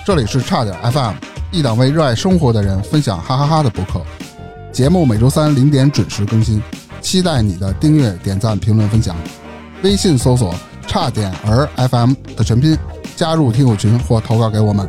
这里是差点 FM， 一档为热爱生活的人分享哈哈哈的播客。节目每周三0点准时更新，期待你的订阅、点赞、评论、分享。微信搜索差点儿 FM 的全拼，加入听友群或投稿给我们。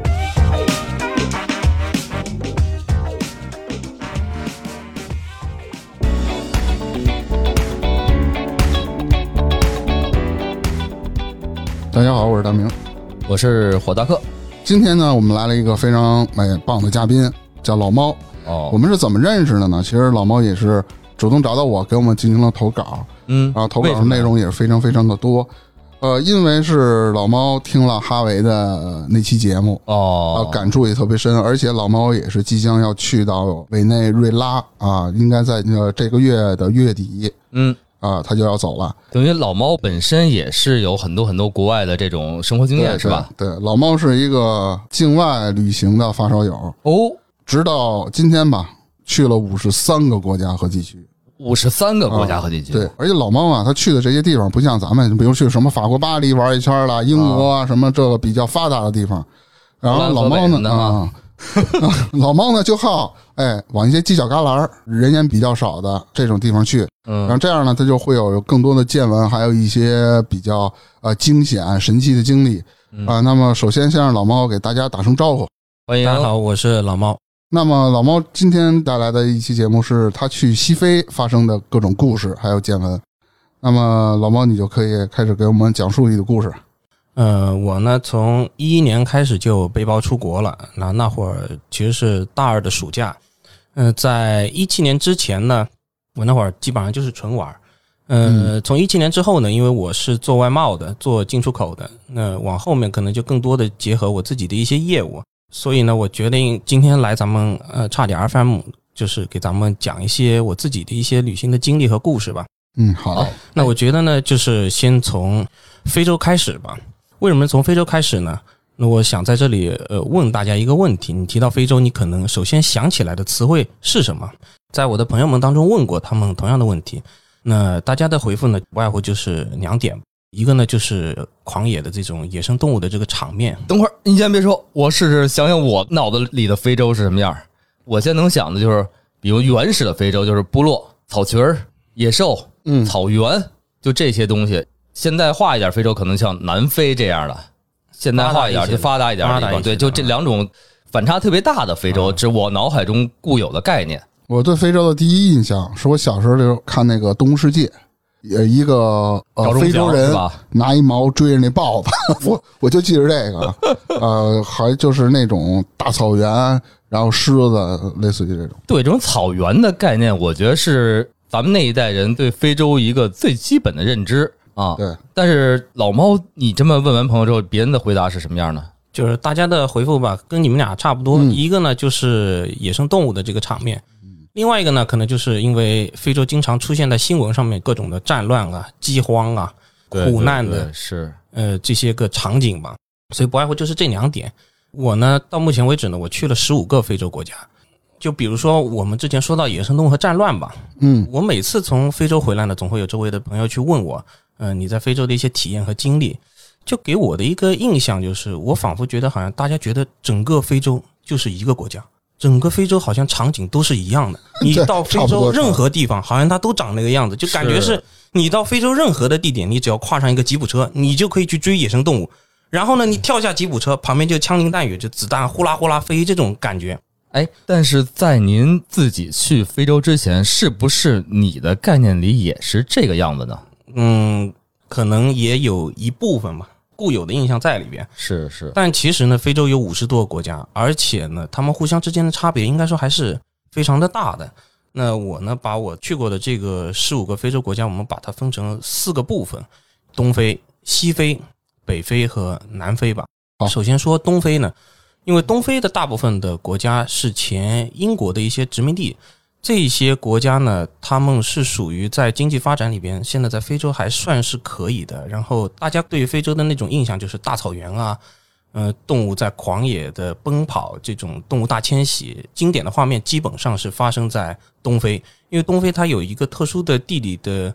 大家好，我是大明， 我是火大客。 今天呢，我们来了一个非常棒的嘉宾，叫老猫。我们是怎么认识的呢？其实老猫也是主动找到我，给我们进行了投稿。然后投稿的内容也是非常非常的多。因为是老猫听了哈维的那期节目感触也特别深，而且老猫也是即将要去到委内瑞拉啊，应该在这个月的月底。他就要走了。 等于老猫本身也是有很多国外的这种生活经验，是吧？ 对，老猫是一个境外旅行的发烧友直到今天吧，去了53个国家和地区。 53个国家和地区。 对，而且老猫啊，他去的这些地方不像咱们，比如去什么法国巴黎玩一圈了，英国啊什么这个比较发达的地方。然后老猫呢老猫呢就好往一些犄角旮旯人烟比较少的这种地方去，然后这样呢他就会有更多的见闻，还有一些比较惊险神奇的经历那么首先先让老猫给大家打声招呼。 欢迎，大家好，我是老猫。 那么老猫今天带来的一期节目是他去西非发生的各种故事还有见闻。那么老猫你就可以开始给我们讲述你的故事。 我呢从11年开始就背包出国了，那会儿其实是大2的暑假。在17年之前呢，我那会儿基本上就是纯玩。从17年之后呢，因为我是做外贸的，做进出口的，那往后面可能就更多的结合我自己的一些业务，所以呢，我决定今天来咱们差点 FM， 就是给咱们讲一些我自己的一些旅行的经历和故事吧。 好。 那我觉得呢，就是先从非洲开始吧。为什么从非洲开始呢？那我想在这里问大家一个问题，你提到非洲，你可能首先想起来的词汇是什么？在我的朋友们当中问过他们同样的问题，那大家的回复呢，不外乎就是2点。一个呢就是狂野的这种野生动物的这个场面。 等会儿你先别说，我试试想想我脑子里的非洲是什么样。我现在能想的就是比如原始的非洲，就是部落、草群、野兽、草原，就这些东西。现代化一点非洲可能像南非这样的，现代化一点就发达一点的地方。对，就这2种反差特别大的非洲，这是我脑海中固有的概念。 我对非洲的第一印象是我小时候就看那个《动物世界》，一个非洲人拿一矛追着那豹子，我就记着这个，还就是那种大草原，然后狮子，类似于这种。 对，这种草原的概念，我觉得是咱们那一代人对非洲一个最基本的认知啊。 对。 但是老猫，你这么问完朋友之后，别人的回答是什么样的？ 就是大家的回复吧，跟你们俩差不多。一个呢就是野生动物的这个场面。另外一个呢，可能就是因为非洲经常出现在新闻上面各种的战乱啊、饥荒啊、苦难的是这些个场景吧，所以不外乎就是这2点。我呢，到目前为止呢，我去了15个非洲国家。就比如说我们之前说到野生动物和战乱吧，我每次从非洲回来呢，总会有周围的朋友去问我，你在非洲的一些体验和经历，就给我的一个印象就是，我仿佛觉得好像大家觉得整个非洲就是一个国家。整个非洲好像场景都是一样的，你到非洲任何地方好像它都长那个样子，就感觉是你到非洲任何的地点，你只要跨上一个吉普车，你就可以去追野生动物，然后呢你跳下吉普车，旁边就枪林弹雨，就子弹呼啦呼啦飞，这种感觉。 但是在您自己去非洲之前，是不是你的概念里也是这个样子呢？ 可能也有一部分吧，固有的印象在里边。 是。 但其实呢，非洲有50多个国家，而且呢，他们互相之间的差别应该说还是非常的大的。那我呢，把我去过的这个15个非洲国家，我们把它分成4个部分：东非、西非、北非和南非吧。首先说东非呢，因为东非的大部分的国家是前英国的一些殖民地，这些国家呢，他们是属于在经济发展里边，现在在非洲还算是可以的。然后大家对于非洲的那种印象就是大草原啊，动物在狂野的奔跑，这种动物大迁徙，经典的画面基本上是发生在东非。因为东非它有一个特殊的地理的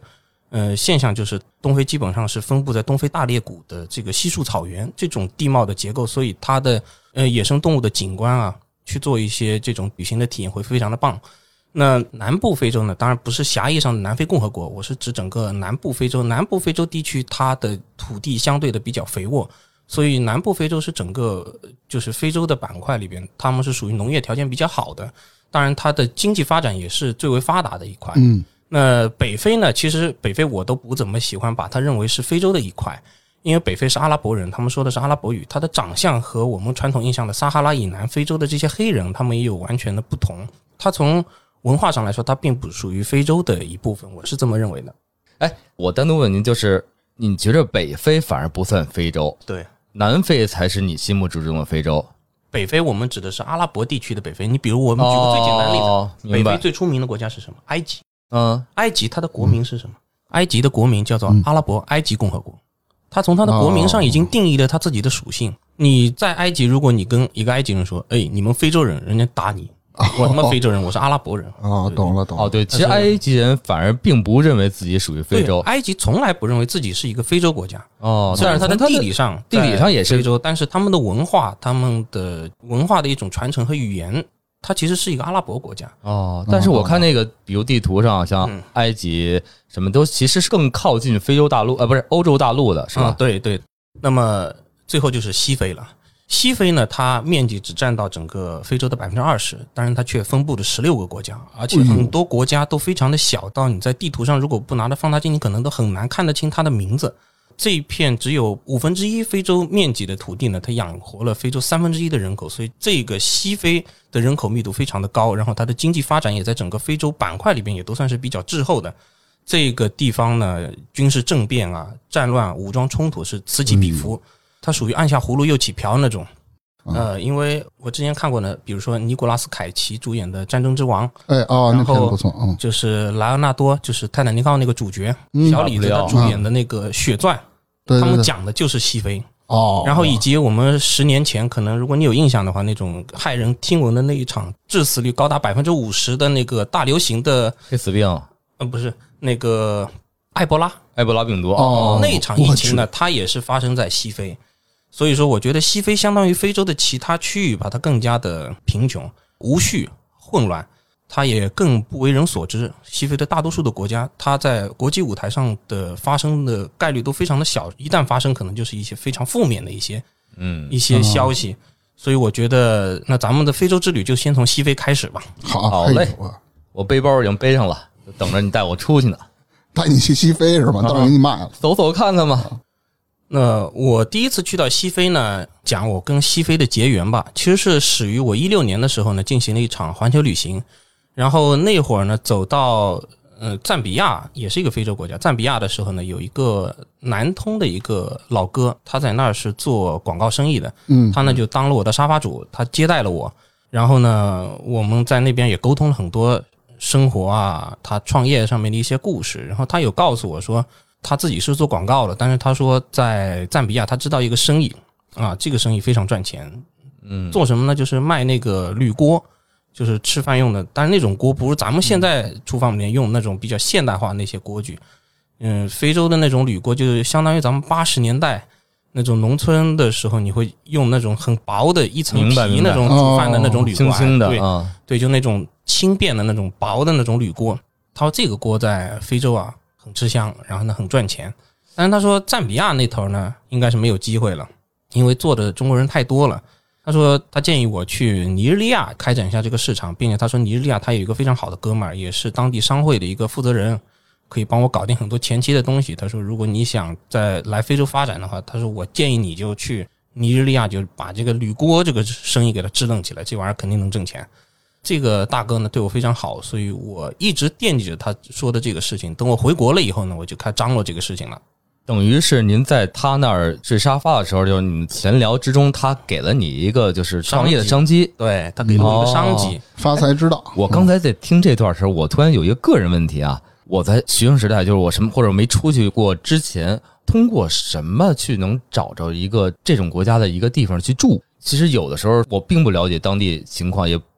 现象就是东非基本上是分布在东非大裂谷的这个稀树草原这种地貌的结构，所以它的野生动物的景观啊，去做一些这种旅行的体验会非常的棒。那南部非洲呢，当然不是狭义上的南非共和国，我是指整个南部非洲。南部非洲地区它的土地相对的比较肥沃，所以南部非洲是整个就是非洲的板块里边，他们是属于农业条件比较好的，当然它的经济发展也是最为发达的一块。那北非呢，其实北非我都不怎么喜欢把它认为是非洲的一块，因为北非是阿拉伯人，他们说的是阿拉伯语，他的长相和我们传统印象的撒哈拉以南非洲的这些黑人他们也有完全的不同，他从文化上来说它并不属于非洲的一部分，我是这么认为的。 我单独问您，就是你觉得北非反而不算非洲， 对， 南非才是你心目之中的非洲？ 北非我们指的是阿拉伯地区的北非，你比如我们举个最简单的例子，北非最出名的国家是什么？埃及。埃及它的国名是什么？埃及的国名叫做阿拉伯埃及共和国，它从它的国名上已经定义了它自己的属性。你在埃及，如果你跟一个埃及人说，你们非洲人，人家打你。我他妈非洲人，我是阿拉伯人。 懂了。 对，其实埃及人反而并不认为自己属于非洲。 埃及从来不认为自己是一个非洲国家。虽然它的地理上也是非洲，但是他们的文化，他们的文化的一种传承和语言，它其实是一个阿拉伯国家。 但是我看那个比如地图上，像埃及什么都其实是更靠近非洲大陆，不是欧洲大陆的，是吧？ 对。那么最后就是西非了。西非呢，它面积只占到整个非洲的 20%， 当然它却分布了16个国家，而且很多国家都非常的小，到你在地图上如果不拿着放大镜，你可能都很难看得清它的名字。这一片只有1/5非洲面积的土地呢，它养活了非洲1/3的人口，所以这个西非的人口密度非常的高，然后它的经济发展也在整个非洲板块里边也都算是比较滞后的。这个地方呢，军事政变啊、战乱、武装冲突是此起彼伏。它属于按下葫芦又起瓢那种。因为我之前看过呢，比如说尼古拉斯凯奇主演的《战争之王》， 那片不错， 就是莱昂纳多，就是泰坦尼克那个主角，小李子他主演的那个《血钻》，他们讲的就是西非。然后以及我们10年前，可能如果你有印象的话，那种骇人听闻的那一场致死率高达50%的那个大流行的黑死病， 不是那个埃博拉病毒。 那一场疫情呢，它也是发生在西非。所以说我觉得西非相当于非洲的其他区域吧，它更加的贫穷、无序、混乱，它也更不为人所知。西非的大多数的国家，它在国际舞台上的发生的概率都非常的小，一旦发生可能就是一些非常负面的一些消息。所以我觉得那咱们的非洲之旅就先从西非开始吧。 好嘞，我背包已经背上了，就等着你带我出去呢。 带你去西非是吧？到时候给你卖了， 走走看看吧。 那我第一次去到西非呢，讲我跟西非的结缘吧，其实是始于我16年的时候呢，进行了一场环球旅行。然后那会儿呢，走到赞比亚，也是一个非洲国家。赞比亚的时候呢，有一个南通的一个老哥，他在那儿是做广告生意的，他呢就当了我的沙发主，他接待了我。然后呢，我们在那边也沟通了很多生活啊，他创业上面的一些故事。然后他有告诉我说，他自己是做广告的，但是他说在赞比亚他知道一个生意啊，这个生意非常赚钱。做什么呢？就是卖那个铝锅，就是吃饭用的，但是那种锅不是咱们现在厨房里面用那种比较现代化那些锅具。非洲的那种铝锅就相当于咱们80年代那种农村的时候，你会用那种很薄的一层皮那种煮饭的那种铝锅， 轻的， 对，就那种轻便的那种薄的那种铝锅。他说这个锅在非洲啊很吃香，然后呢很赚钱。但是他说赞比亚那头呢应该是没有机会了，因为做的中国人太多了。他说他建议我去尼日利亚开展一下这个市场，并且他说尼日利亚他有一个非常好的哥们儿，也是当地商会的一个负责人，可以帮我搞定很多前期的东西。他说如果你想再来非洲发展的话，他说我建议你就去尼日利亚，就把这个铝锅这个生意给它支棱起来，这玩意儿肯定能挣钱。这个大哥呢对我非常好，所以我一直惦记着他说的这个事情。等我回国了以后呢，我就开始张罗这个事情了。 等于是您在他那儿睡沙发的时候，就是你们闲聊之中，他给了你一个就是创业的商机。 对，他给了我一个商机， 发财之道。 我刚才在听这段时候，我突然有一个个人问题啊，我在学生时代，就是我什么或者没出去过之前，通过什么去能找着一个这种国家的一个地方去住？其实有的时候我并不了解当地情况，也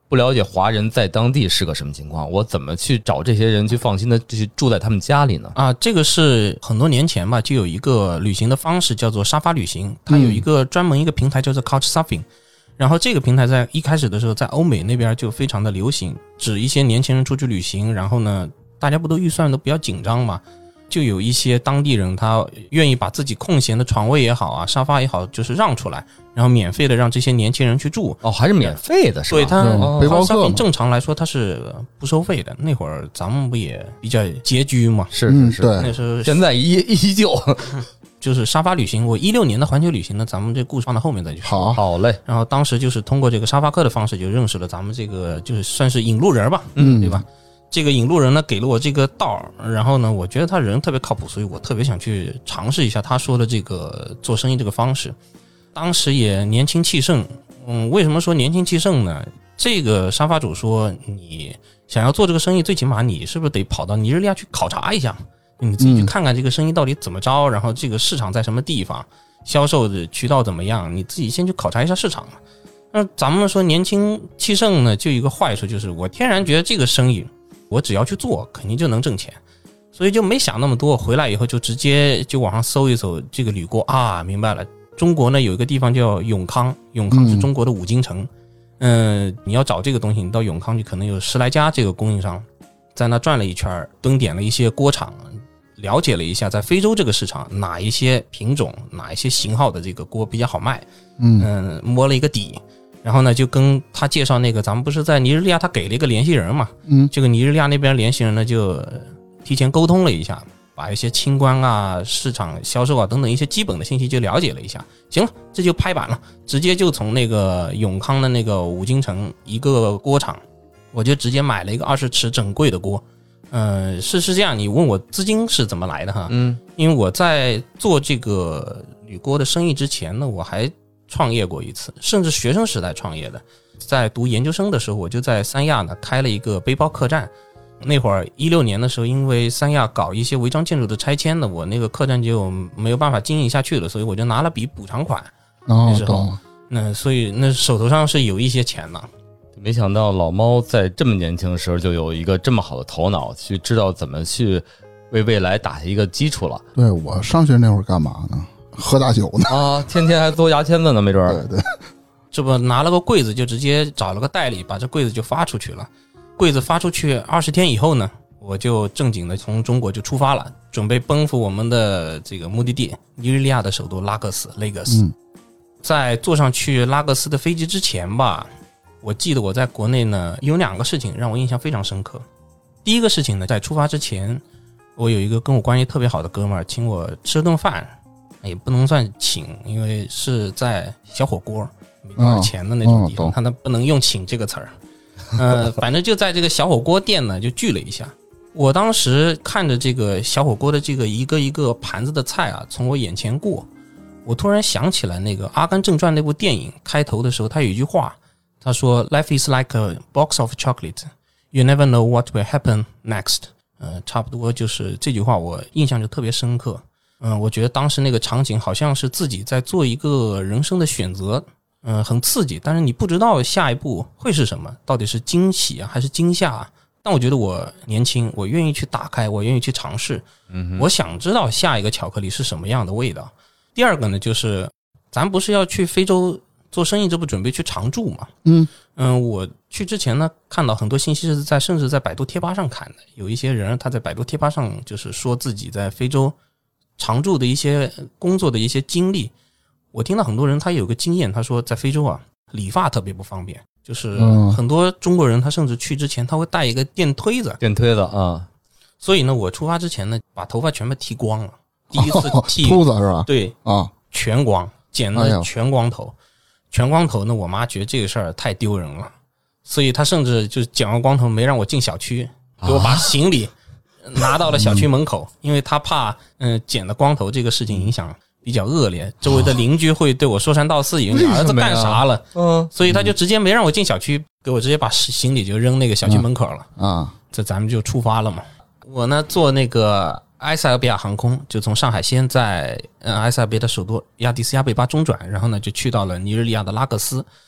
不了解华人在当地是个什么情况，我怎么去找这些人去放心的去住在他们家里呢？ 这个是很多年前吧，就有一个旅行的方式叫做沙发旅行，它有一个专门一个平台叫做 Couchsurfing，然后这个平台在一开始的时候在欧美那边就非常的流行，指一些年轻人出去旅行，然后呢大家不都预算都比较紧张嘛，就有一些当地人他愿意把自己空闲的床位也好啊，沙发也好，就是让出来，然后免费的让这些年轻人去住。 还是免费的是吧？ 对，他背包客正常来说他是不收费的。那会儿咱们不也比较拮据嘛？ 是， 对， 那时候现在依旧就是沙发旅行。我16年的环球旅行呢，咱们这故事放到后面再去说。 好嘞。 然后当时就是通过这个沙发客的方式，就认识了咱们这个就是算是引路人吧，对吧？这个引路人呢给了我这个道，然后呢我觉得他人特别靠谱，所以我特别想去尝试一下他说的这个做生意这个方式。当时也年轻气盛，为什么说年轻气盛呢？这个沙发主说，你想要做这个生意，最起码你是不是得跑到尼日利亚去考察一下，你自己去看看这个生意到底怎么着，然后这个市场在什么地方，销售的渠道怎么样，你自己先去考察一下市场。那咱们说年轻气盛呢，就有一个坏处，就是我天然觉得这个生意我只要去做肯定就能挣钱，所以就没想那么多，回来以后就直接就网上搜一搜这个铝锅啊，明白了，中国呢有一个地方叫永康，永康是中国的五金城，你要找这个东西，你到永康去可能有10来家这个供应商，在那转了一圈，蹲点了一些锅厂，了解了一下在非洲这个市场哪一些品种哪一些型号的这个锅比较好卖，摸了一个底。然后呢，就跟他介绍那个，咱们不是在尼日利亚，他给了一个联系人嘛，这个尼日利亚那边联系人呢，就提前沟通了一下，把一些清关啊、市场销售啊等等一些基本的信息就了解了一下。行了，这就拍板了，直接就从那个永康的那个五金城一个锅厂，我就直接买了一个20尺整柜的锅。是这样，你问我资金是怎么来的哈？因为我在做这个铝锅的生意之前呢，我还创业过一次，甚至学生时代创业的。在读研究生的时候，我就在三亚呢开了一个背包客栈。那会儿16年的时候，因为三亚搞一些违章建筑的拆迁呢，我那个客栈就没有办法经营下去了，所以我就拿了笔补偿款。那时候，所以那手头上是有一些钱了。 没想到老猫在这么年轻的时候就有一个这么好的头脑，去知道怎么去为未来打下一个基础了。 对，我上学那会儿干嘛呢？喝大酒呢啊，天天还做牙签子呢，没准。 对， 这不拿了个柜子就直接找了个代理，把这柜子就发出去了。柜子发出去20天以后呢，我就正经的从中国就出发了，准备奔赴我们的这个目的地尼日利亚的首都拉各斯 Lagos。在坐上去拉各斯的飞机之前吧，我记得我在国内呢有2个事情让我印象非常深刻。第一个事情呢，在出发之前，我有一个跟我关系特别好的哥们儿请我吃顿饭，也不能算请，因为是在小火锅没多少钱的那种地方，他不能用请这个词儿。反正就在这个小火锅店呢就聚了一下。我当时看着这个小火锅的这个一个一个盘子的菜啊从我眼前过，我突然想起来那个《阿甘正传》那部电影开头的时候，他有一句话，他说 Life is like a box of chocolate, you never know what will happen next。差不多就是这句话我印象就特别深刻。我觉得当时那个场景好像是自己在做一个人生的选择，很刺激，但是你不知道下一步会是什么，到底是惊喜啊还是惊吓啊。但我觉得我年轻，我愿意去打开，我愿意去尝试，我想知道下一个巧克力是什么样的味道。第二个呢，就是咱不是要去非洲做生意，这不准备去常住嘛？我去之前呢，看到很多信息是甚至在百度贴吧上看的，有一些人他在百度贴吧上就是说自己在非洲常住的一些工作的一些经历。我听到很多人他有个经验，他说在非洲啊，理发特别不方便，就是很多中国人他甚至去之前他会带一个电推子啊。 所以呢，我出发之前呢，把头发全部剃光了，第一次剃秃子是吧？ 对啊，全光，剪了全光头。全光头呢，我妈觉得这个事儿太丢人了，所以她甚至就剪完光头没让我进小区，给我把行李拿到了小区门口，因为她怕剪了光头这个事情影响比较恶劣，周围的邻居会对我说三道四，以为你儿子干啥了，所以他就直接没让我进小区，给我直接把行李就扔那个小区门口了这咱们就出发了嘛。我呢坐那个埃塞俄比亚航空，就从上海先在埃塞俄比亚的首都亚的斯亚贝巴中转，然后呢就去到了尼日利亚的拉各斯。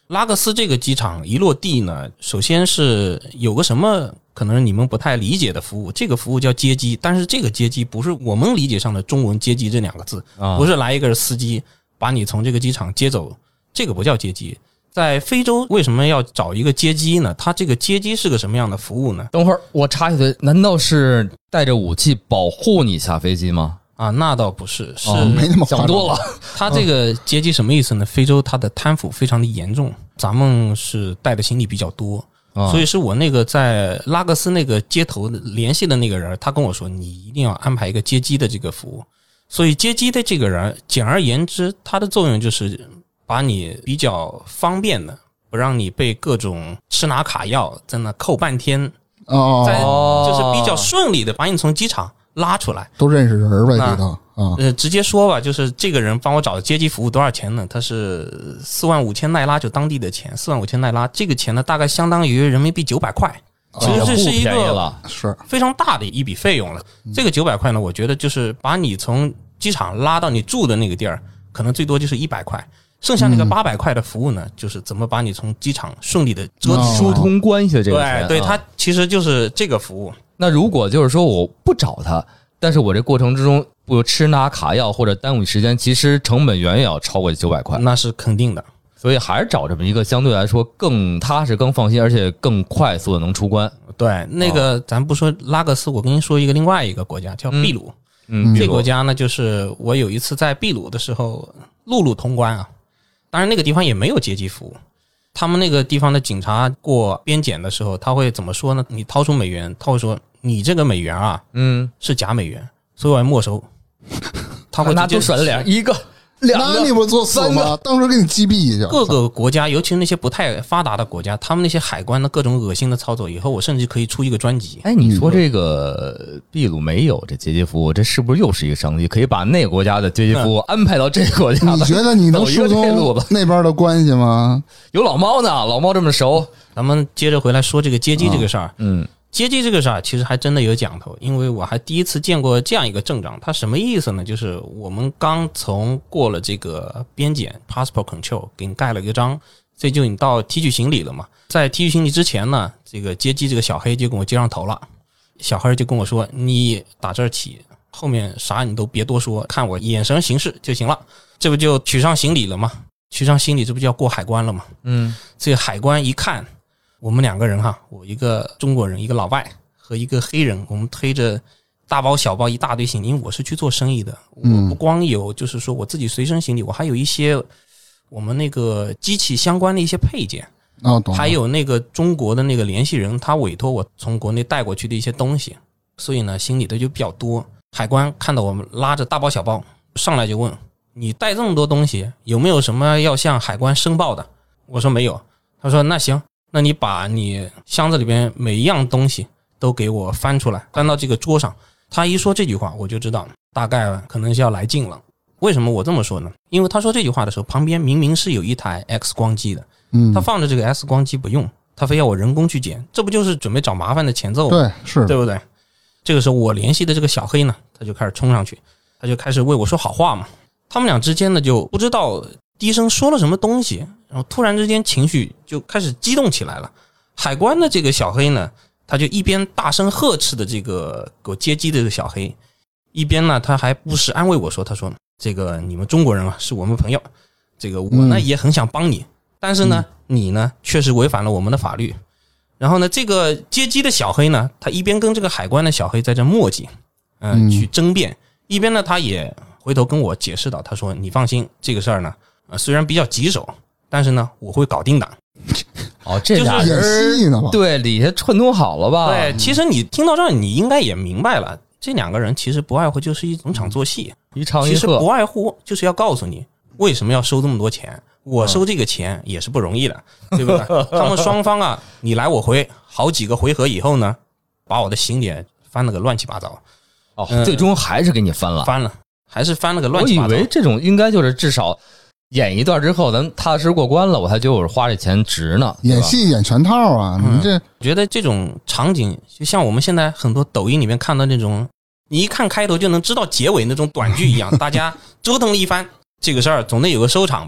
拉各斯这个机场一落地呢，首先是有个什么可能你们不太理解的服务，这个服务叫接机，但是这个接机不是我们理解上的中文接机这2个字，不是来一个司机把你从这个机场接走，这个不叫接机。在非洲为什么要找一个接机呢？它这个接机是个什么样的服务呢？ 等会儿我插一嘴，难道是带着武器保护你下飞机吗？ 啊，那倒不是，是没那么想多了。 他这个接机什么意思呢？非洲它的贪腐非常的严重，咱们是带的行李比较多，所以是我那个在拉各斯那个街头联系的那个人，他跟我说，你一定要安排一个接机的这个服务。所以接机的这个人，简而言之，它的作用就是把你比较方便的，不让你被各种吃拿卡要在那扣半天，在就是比较顺利的把你从机场拉出来。 都认识人呗，这个直接说吧，就是这个人帮我找的接机服务多少钱呢？他是45000奈拉，就当地的钱，45000奈拉，这个钱呢大概相当于人民币900块。其实这是一个非常大的一笔费用了。这个900块呢，我觉得就是把你从机场拉到你住的那个地儿，可能最多就是100块。剩下那个800块的服务呢，就是怎么把你从机场顺利的疏通关系的这个钱。 对，它其实就是这个服务。 那如果就是说我不找他，但是我这过程之中不吃拿卡要或者耽误时间，其实成本远远要超过900块。 那是肯定的。 所以还是找这么一个相对来说更踏实、更放心，而且更快速的能出关。 对，那个咱不说拉各斯，我跟您说另外一个国家叫秘鲁。这个国家呢，就是我有一次在秘鲁的时候陆路通关啊，当然那个地方也没有接机服务。他们那个地方的警察过边检的时候，他会怎么说呢？你掏出美元，他会说你这个美元啊，是假美元，所以我要没收。他会拿出甩了1个。 那你不作死吗？当时给你击毙一下。 各个国家，尤其是那些不太发达的国家，他们那些海关的各种恶心的操作，以后我甚至可以出一个专辑。 哎，你说这个秘鲁没有这接机服务，这是不是又是一个商机？可以把那个国家的接机服务安排到这个国家？ 你觉得你能疏通那边的关系吗？ 有老猫呢，老猫这么熟。 咱们接着回来说这个接机这个事儿。接机这个事儿其实还真的有讲头，因为我还第一次见过这样一个阵仗。它什么意思呢？就是我们刚从过了这个边检 passport control， 给你盖了一个章，这就你到提取行李了嘛。在提取行李之前呢，这个接机这个小黑就跟我接上头了。小黑就跟我说，你打这儿起，后面啥你都别多说，看我眼神行事就行了。这不就取上行李了吗？取上行李这不就要过海关了吗？这个海关一看，我们2个人哈，我一个中国人，一个老外和一个黑人，我们推着大包小包一大堆行李，因为我是去做生意的，我不光有就是说我自己随身行李，我还有一些我们那个机器相关的一些配件，还有那个中国的那个联系人，他委托我从国内带过去的一些东西，所以呢行李的就比较多。海关看到我们拉着大包小包上来就问，你带这么多东西有没有什么要向海关申报的？我说没有。他说那行，那你把你箱子里边每一样东西都给我翻出来，翻到这个桌上。他一说这句话，我就知道大概可能是要来劲了。为什么我这么说呢？因为他说这句话的时候，旁边明明是有一台 X 光机的，他放着这个 X 光机不用，他非要我人工去捡，这不就是准备找麻烦的前奏吗？ 对，是， 对不对？这个时候我联系的这个小黑呢，他就开始冲上去，他就开始为我说好话嘛。他们俩之间呢，就不知道低声说了什么东西，然后突然之间情绪就开始激动起来了。海关的这个小黑呢，他就一边大声呵斥的这个给我接机的这个小黑，一边呢他还不时安慰我说，他说这个你们中国人啊是我们朋友，这个我呢也很想帮你，但是呢你呢确实违反了我们的法律。然后呢这个接机的小黑呢，他一边跟这个海关的小黑在这磨叽去争辩，一边呢他也回头跟我解释到，他说你放心，这个事儿呢虽然比较棘手，但是呢我会搞定的。 这俩人对底下串通好了吧？ 对，其实你听到这儿，你应该也明白了，这2个人其实不外乎就是一场做戏， 一唱一和， 其实不外乎就是要告诉你为什么要收这么多钱。我收这个钱也是不容易的，对不对？他们双方啊，你来我回好几个回合以后呢，把我的行李翻了个乱七八糟。 最终还是给你翻了， 还是翻了个乱七八糟。 我以为这种应该就是至少演一段之后，咱踏实过关了，我才觉得我花这钱值呢。 演戏演全套啊！你这觉得这种场景，就像我们现在很多抖音里面看到那种，你一看开头就能知道结尾那种短剧一样，大家折腾了一番，这个事儿总得有个收场吧。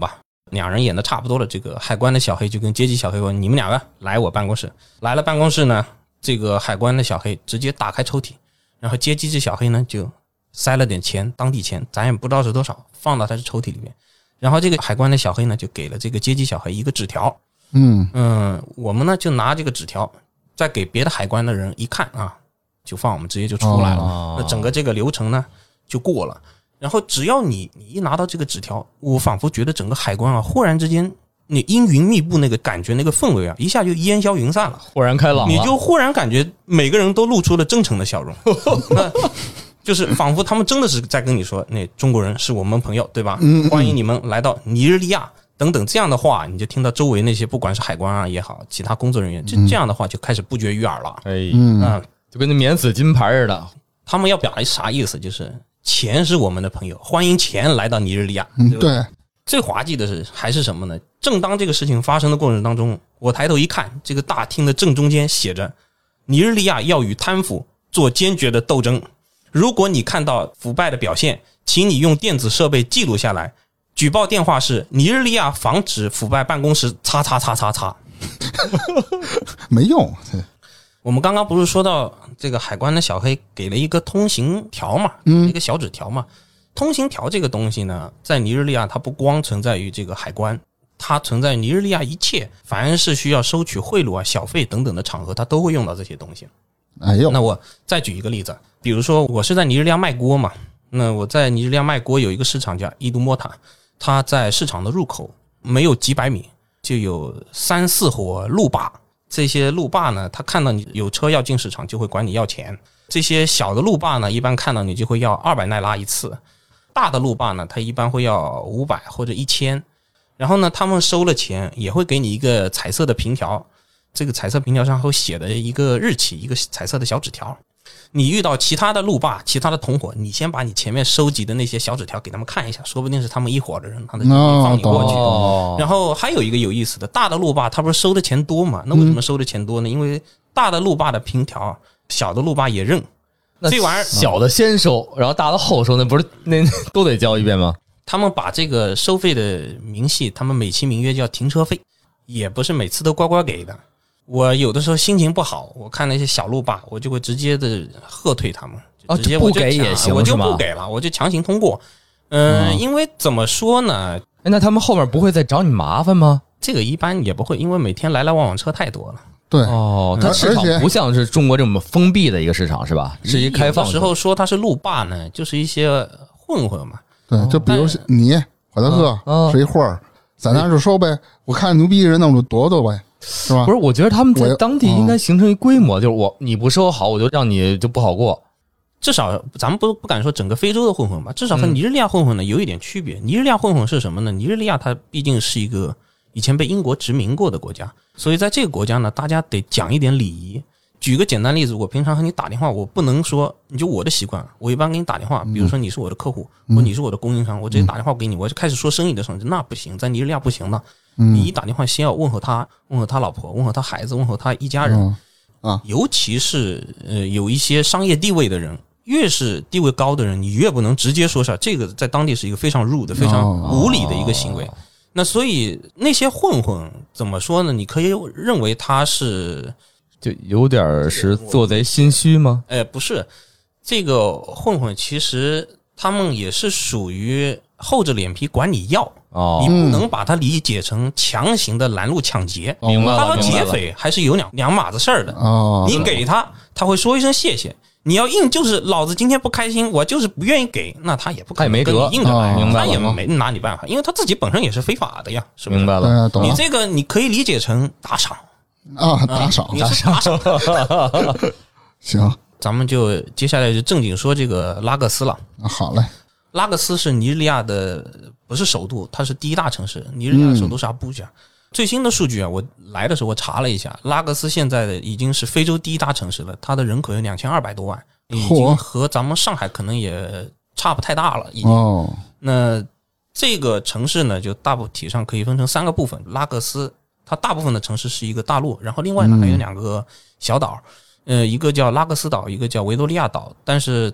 两人演的差不多了，这个海关的小黑就跟接机小黑说：“你们两个来我办公室。”来了办公室呢，这个海关的小黑直接打开抽屉，然后接机这小黑呢就塞了点钱，当地钱，咱也不知道是多少，放到他的抽屉里面。然后这个海关的小黑呢就给了这个接机小黑一个纸条。我们呢就拿这个纸条再给别的海关的人一看啊，就放我们直接就出来了。那整个这个流程呢就过了。然后只要你一拿到这个纸条，我仿佛觉得整个海关啊，忽然之间你阴云密布那个感觉，那个氛围啊，一下就烟消云散了， 豁然开朗了。 你就忽然感觉每个人都露出了真诚的笑容，那就是仿佛他们真的是在跟你说，那中国人是我们朋友，对吧？欢迎你们来到尼日利亚等等这样的话，你就听到周围那些不管是海关啊也好，其他工作人员，就这样的话就开始不绝于耳了。 就跟那免死金牌似的。 他们要表达啥意思？就是钱是我们的朋友，欢迎钱来到尼日利亚。 对。 最滑稽的是还是什么呢？正当这个事情发生的过程当中，我抬头一看，这个大厅的正中间写着：尼日利亚要与贪腐做坚决的斗争。如果你看到腐败的表现，请你用电子设备记录下来。举报电话是尼日利亚防止腐败办公室叉叉叉叉叉。 没用。 我们刚刚不是说到这个海关的小黑给了一个通行条嘛，一个小纸条嘛。通行条这个东西呢，在尼日利亚它不光存在于这个海关，它存在尼日利亚一切凡是需要收取贿赂啊、小费等等的场合，它都会用到这些东西。 哎呦， 那我再举一个例子，比如说我是在尼日利亚卖锅嘛，那我在尼日利亚卖锅有一个市场叫伊杜莫塔，它在市场的入口没有几百米就有3-4伙路霸。这些路霸呢，他看到你有车要进市场就会管你要钱。这些小的路霸呢，一般看到你就会要200奈拉一次。大的路霸呢，他一般会要500或者1000。然后呢，他们收了钱也会给你一个彩色的凭条，这个彩色凭条上会写的一个日期，一个彩色的小纸条。你遇到其他的路霸、其他的同伙，你先把你前面收集的那些小纸条给他们看一下，说不定是他们一伙的人，他的放你过去。然后还有一个有意思的，大的路霸他不是收的钱多嘛？那为什么收的钱多呢？因为大的路霸的凭条，小的路霸也认。 那这玩意儿小的先收，然后大的后收，那不是那都得交一遍吗？ 他们把这个收费的明细，他们美其名曰叫停车费，也不是每次都乖乖给的。我有的时候心情不好，我看那些小路霸，我就会直接的喝退他们，直接不给也行， 我就不给了，我就强行通过。因为怎么说呢？ 那他们后面不会再找你麻烦吗？ 这个一般也不会，因为每天来来往往车太多了。 对它市场不像是中国这么封闭的一个市场，是吧？是一开放的。 有的时候说它是路霸呢，就是一些混混嘛。 对，就比如你怀特克是一混儿，在那就收呗。我看牛逼的人，那我就夺夺呗，是吧？ 不是，我觉得他们在当地应该形成一规模，就是你不收好，我就让你就不好过。 至少咱们不敢说整个非洲的混混吧，至少和尼日利亚混混呢有一点区别。尼日利亚混混是什么呢？尼日利亚它毕竟是一个以前被英国殖民过的国家，所以在这个国家呢，大家得讲一点礼仪。举个简单例子，我平常和你打电话，我不能说你就我的习惯，我一般给你打电话，比如说你是我的客户，或你是我的供应商，我直接打电话给你，我就开始说生意的时候，那不行，在尼日利亚不行的。你一打电话先要问候他，问候他老婆，问候他孩子，问候他一家人尤其是有一些商业地位的人，越是地位高的人，你越不能直接说啥，这个在当地是一个非常rude的、非常无理的一个行为。那所以那些混混怎么说呢？你可以认为他是就有点是做贼心虚吗？ 不是，这个混混其实他们也是属于厚着脸皮管你要。你不能把它理解成强行的拦路抢劫。 明白了， 他和劫匪还是有两码子事儿的。你给他，他会说一声谢谢。你要硬就是老子今天不开心，我就是不愿意给，那他也不可能跟你硬着来，他也没拿你办法，因为他自己本身也是非法的呀，是不是？ 明白了， 你这个你可以理解成打赏打赏， 你是打赏。 行， 咱们就接下来就正经说这个拉各斯了。 好嘞， 拉各斯是尼日利亚的不是首都，它是第一大城市。尼日利亚首都是阿布贾。最新的数据啊，我来的时候我查了一下，拉各斯现在的已经是非洲第一大城市了，它的人口有2200多万，已经和咱们上海可能也差不太大了。已经那这个城市呢，就大体上可以分成3个部分。拉各斯它大部分的城市是一个大陆，然后另外呢还有2个小岛，一个叫拉各斯岛，一个叫维多利亚岛，但是它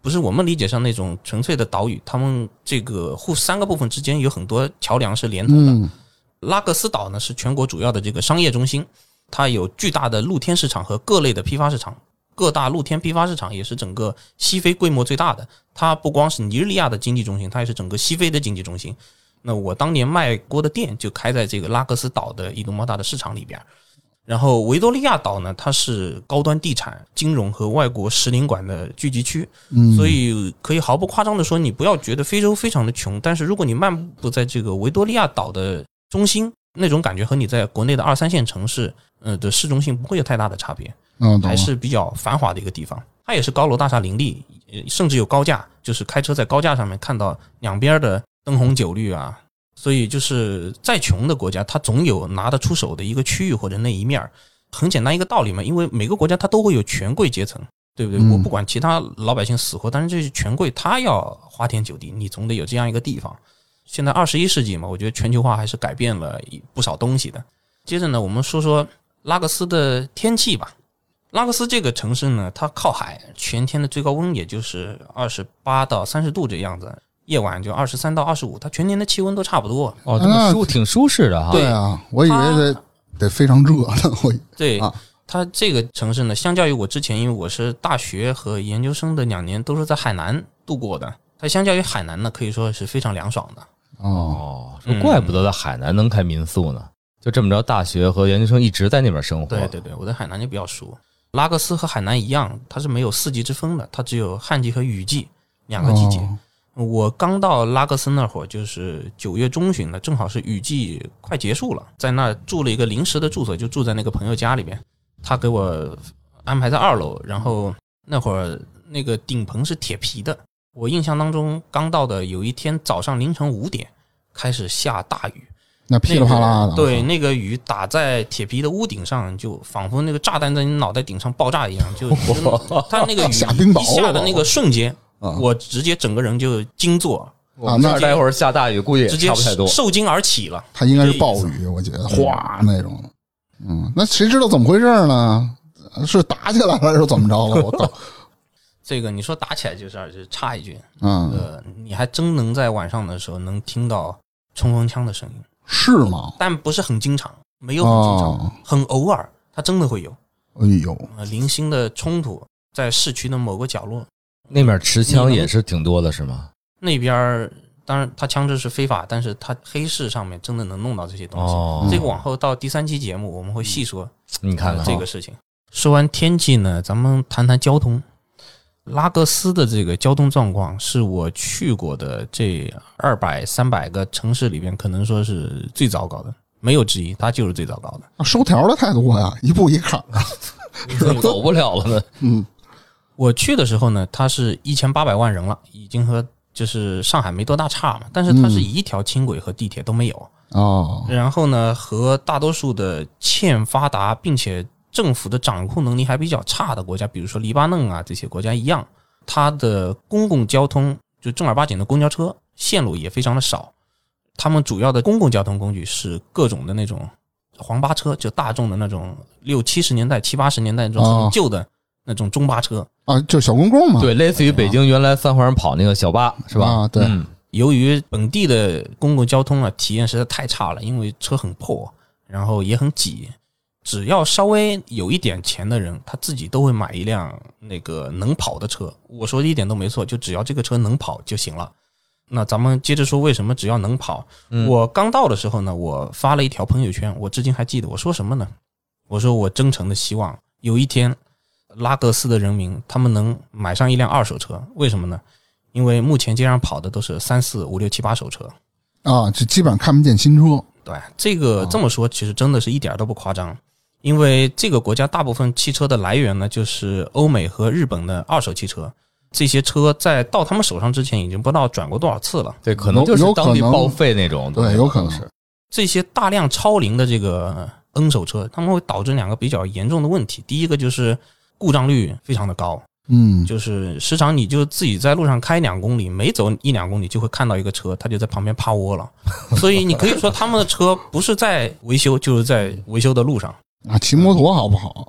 不是我们理解上那种纯粹的岛屿，他们这个3个部分之间有很多桥梁是连通的。拉各斯岛呢是全国主要的这个商业中心，它有巨大的露天市场和各类的批发市场，各大露天批发市场也是整个西非规模最大的。它不光是尼日利亚的经济中心，它也是整个西非的经济中心。那我当年卖锅的店就开在这个拉各斯岛的伊杜莫达的市场里边。然后维多利亚岛呢，它是高端地产、金融和外国使领馆的聚集区，所以可以毫不夸张的说，你不要觉得非洲非常的穷，但是如果你漫步在这个维多利亚岛的中心，那种感觉和你在国内的2、3线城市的市中心不会有太大的差别，还是比较繁华的一个地方。它也是高楼大厦林立，甚至有高架，就是开车在高架上面看到两边的灯红酒绿啊。所以就是再穷的国家，它总有拿得出手的一个区域或者那一面。很简单一个道理嘛，因为每个国家它都会有权贵阶层，对不对？我不管其他老百姓死活，但是这是权贵，他要花天酒地，你总得有这样一个地方。现在21世纪嘛，我觉得全球化还是改变了不少东西的。接着呢，我们说说拉各斯的天气吧。拉各斯这个城市呢，它靠海，全天的最高温也就是28到30度这样子，夜晚就23到25，它全年的气温都差不多。 哦，这个挺舒适的哈。 对啊，我以为得非常热呢。 对，它这个城市呢，相较于我之前，因为我是大学和研究生的2年都是在海南度过的，它相较于海南呢，可以说是非常凉爽的。 哦，怪不得在海南能开民宿呢。就这么着，大学和研究生一直在那边生活。 对对对，我在海南就比较熟。拉各斯和海南一样，它是没有4季之分的，它只有旱季和雨季2个季节。我刚到拉各斯那会儿，就是9月中旬了，正好是雨季快结束了，在那住了一个临时的住所，就住在那个朋友家里边。他给我安排在2楼，然后那会儿那个顶棚是铁皮的。我印象当中，刚到的有一天早上凌晨5点开始下大雨。 那噼里啪啦的， 对，那个雨打在铁皮的屋顶上，就仿佛那个炸弹在你脑袋顶上爆炸一样，就它那个雨下冰雹下的那个瞬间，我直接整个人就惊坐啊！那待会儿下大雨，估计也差不太多， 受惊而起了。 它应该是暴雨，我觉得哗那种。那谁知道怎么回事呢？是打起来了，还是怎么着了？我靠！ 这个你说打起来就是插一句，你还真能在晚上的时候能听到冲锋枪的声音。 是吗？ 但不是很经常，没有很经常，很偶尔，它真的会有。 哎呦， 零星的冲突在市区的某个角落。 那边持枪也是挺多的，是吗？ 那边当然，它枪支是非法，但是它黑市上面真的能弄到这些东西。这个往后到第3期节目我们会细说。 你看看这个事情。说完天气呢，咱们谈谈交通。拉各斯的这个交通状况是我去过的这200、300个城市里边可能说是最糟糕的，没有之一，它就是最糟糕的。 收条的太多呀，一步一坎啊， 走不了了呢。 我去的时候呢，它是1800万人了，已经和就是上海没多大差嘛，但是它是一条轻轨和地铁都没有。然后呢，和大多数的欠发达并且政府的掌控能力还比较差的国家，比如说黎巴嫩啊这些国家一样，它的公共交通就正儿八经的公交车线路也非常的少。他们主要的公共交通工具是各种的那种黄巴车，就大众的那种60、70年代、70、80年代那种很旧的那种中巴车就小公共嘛。 对，类似于北京原来3环跑那个小巴是吧？ 对。 由于本地的公共交通体验实在太差了，因为车很破，然后也很挤。只要稍微有一点钱的人，他自己都会买一辆那个能跑的车。我说的一点都没错，就只要这个车能跑就行了。那咱们接着说为什么只要能跑。我刚到的时候呢，我发了一条朋友圈，我至今还记得我说什么呢？我说我真诚的希望有一天拉各斯的人民他们能买上一辆2手车。为什么呢？因为目前街上跑的都是3、4、5、6、7、8手车这基本上看不见新车。 对，这个这么说其实真的是一点都不夸张。因为这个国家大部分汽车的来源呢，就是欧美和日本的2手汽车，这些车在到他们手上之前已经不知道转过多少次了。 对，可能就是当地报废那种。 对，有可能是这些大量超龄的这个 N 手车，他们会导致2个比较严重的问题。第一个就是故障率非常的高，就是时常你就自己在路上开2公里，每走1、2公里就会看到一个车，他就在旁边趴窝了。所以你可以说他们的车不是在维修，就是在维修的路上。 骑摩托好不好？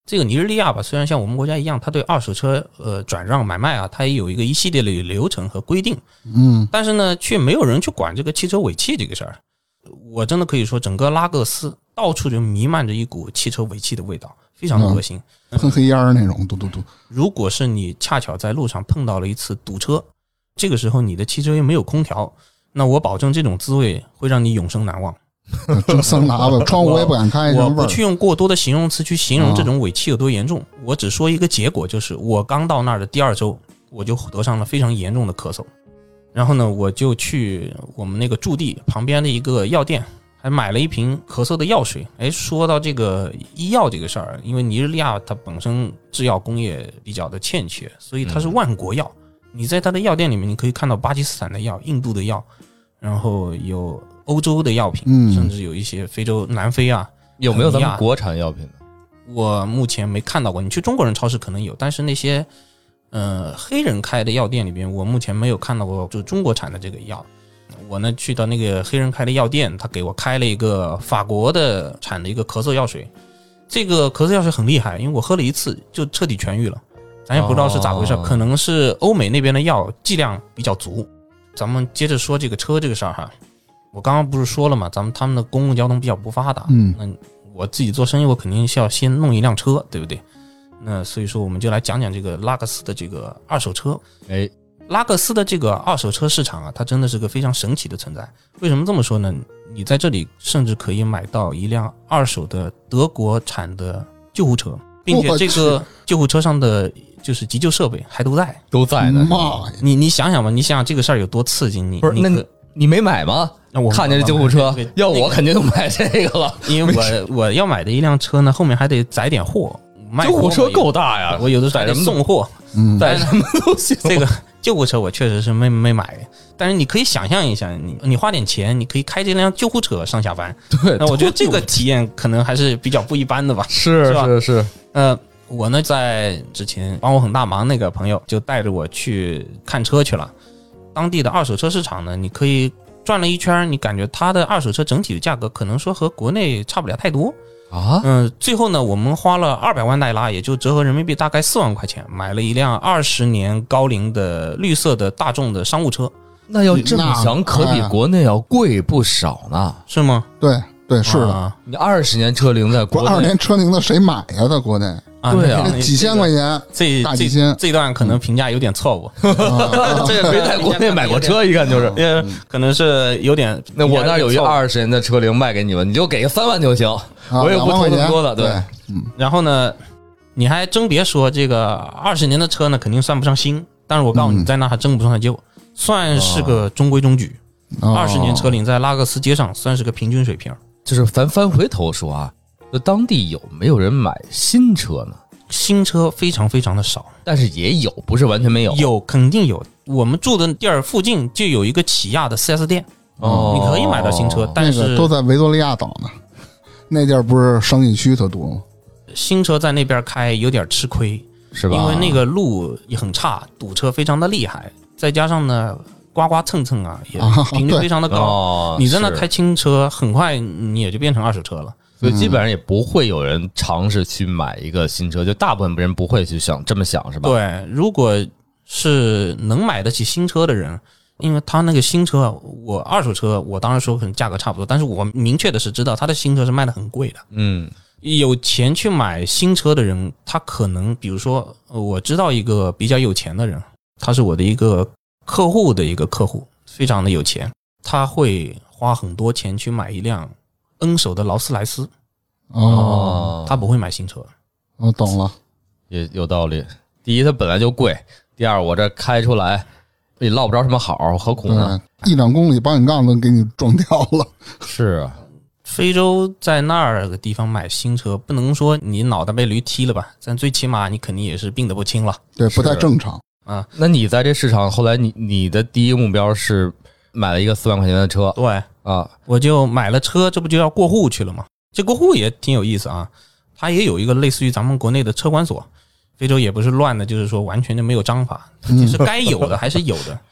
这个尼日利亚吧，虽然像我们国家一样，它对二手车转让买卖啊，它也有一个一系列的流程和规定，但是呢，却没有人去管这个汽车尾气这个事儿。我真的可以说，整个拉各斯到处就弥漫着一股汽车尾气的味道，非常的恶心， 喷黑烟那种，嘟嘟嘟。 如果是你恰巧在路上碰到了一次堵车，这个时候你的汽车又没有空调，那我保证这种滋味会让你永生难忘。 真桑拿吧，窗户也不敢开。 我不去用过多的形容词去形容这种尾气有多严重，我只说一个结果，就是我刚到那儿的第2周，我就得上了非常严重的咳嗽。然后呢，我就去我们那个驻地旁边的一个药店，还买了一瓶咳嗽的药水。说到这个医药这个事儿，因为尼日利亚它本身制药工业比较的欠缺，所以它是万国药。你在它的药店里面，你可以看到巴基斯坦的药、印度的药，然后有欧洲的药品，甚至有一些非洲、南非啊。 有没有咱们国产药品的？ 我目前没看到过，你去中国人超市可能有，但是那些黑人开的药店里边，我目前没有看到过就中国产的这个药。我呢去到那个黑人开的药店，他给我开了一个法国的产的一个咳嗽药水。这个咳嗽药水很厉害，因为我喝了一次就彻底痊愈了。咱也不知道是咋回事，可能是欧美那边的药剂量比较足。咱们接着说这个车这个事儿哈，我刚刚不是说了嘛，他们的公共交通比较不发达，那我自己做生意，我肯定是要先弄一辆车，对不对？那所以说我们就来讲讲这个拉各斯的这个二手车。拉各斯的这个二手车市场啊，它真的是个非常神奇的存在。为什么这么说呢？你在这里甚至可以买到一辆二手的德国产的救护车，并且这个救护车上的就是急救设备还都在呢。 你想想吧，你想想这个事儿有多刺激。 不是，那你没买吗？ 我看见这救护车，要我肯定就买这个了。 因为我要买的一辆车呢，后面还得载点货。 救护车够大呀， 我有的时候还得送货， 载什么都行。 这个救护车我确实是没买，但是你可以想象一下，你花点钱，你可以开这辆救护车上下班。 对， 那我觉得这个体验可能还是比较不一般的吧。 是吧？ 是。 我呢在之前帮我很大忙那个朋友就带着我去看车去了。当地的二手车市场呢，你可以转了一圈，你感觉它的二手车整体的价格可能说和国内差不了太多。最后呢，我们花了200万代拉，也就折合人民币大概4万块钱，买了一辆20年高龄的绿色的大众的商务车。 那要这么想，可比国内要贵不少呢， 是吗？ 对，是的。 你20年车龄在国内，20 年车龄的谁买呀？在国内对啊， 几千块钱，大几千。 这段可能评价有点错误， 这个没在国内买过车，一看就是， 可能是有点。 那我那有一20年的车龄卖给你们，你就给个3万就行，我也不投那么多的。对， 然后呢，你还真别说，这个20年的车呢，肯定算不上新，但是我告诉你，在那还真不算旧，算是个中规中矩。20年车龄在拉各斯街上算是个平均水平。 就是咱翻回头说啊。当地有没有人买新车呢？ 新车非常非常的少， 但是也有，不是完全没有。 有，肯定有。我们住的地儿附近就有一个起亚的 4S 店，你可以买到新车，但是那个都在维多利亚岛呢。那地儿不是商业区特多吗？ 新车在那边开有点吃亏， 是吧？ 因为那个路也很差，堵车非常的厉害，再加上呢刮刮蹭蹭啊，也频率非常的高。你在那开新车，很快你也就变成二手车了。 所以基本上也不会有人尝试去买一个新车，就大部分人不会去这么想，是吧？ 对，如果是能买得起新车的人，因为他那个新车，我二手车我当然说可能价格差不多，但是我明确的是知道他的新车是卖的很贵的。有钱去买新车的人，他可能比如说我知道一个比较有钱的人，他是我的一个客户的一个客户，非常的有钱，他会花很多钱去买一辆N手的劳斯莱斯。他不会买新车。 我懂了， 也有道理。第一，它本来就贵；第二，我这开出来也落不着什么好，何苦呢 ？1-2公里保险杠都给你撞掉了。 是啊， 非洲在那儿个地方买新车，不能说你脑袋被驴踢了吧，但最起码你肯定也是病得不轻了。 对，不太正常啊。 那你在这市场后来你的第一个目标是买了一个4万块钱的车？ 对啊， 我就买了车，这不就要过户去了吗？这过户也挺有意思啊，它也有一个类似于咱们国内的车管所。非洲也不是乱的，就是说完全就没有章法，其实该有的还是有的。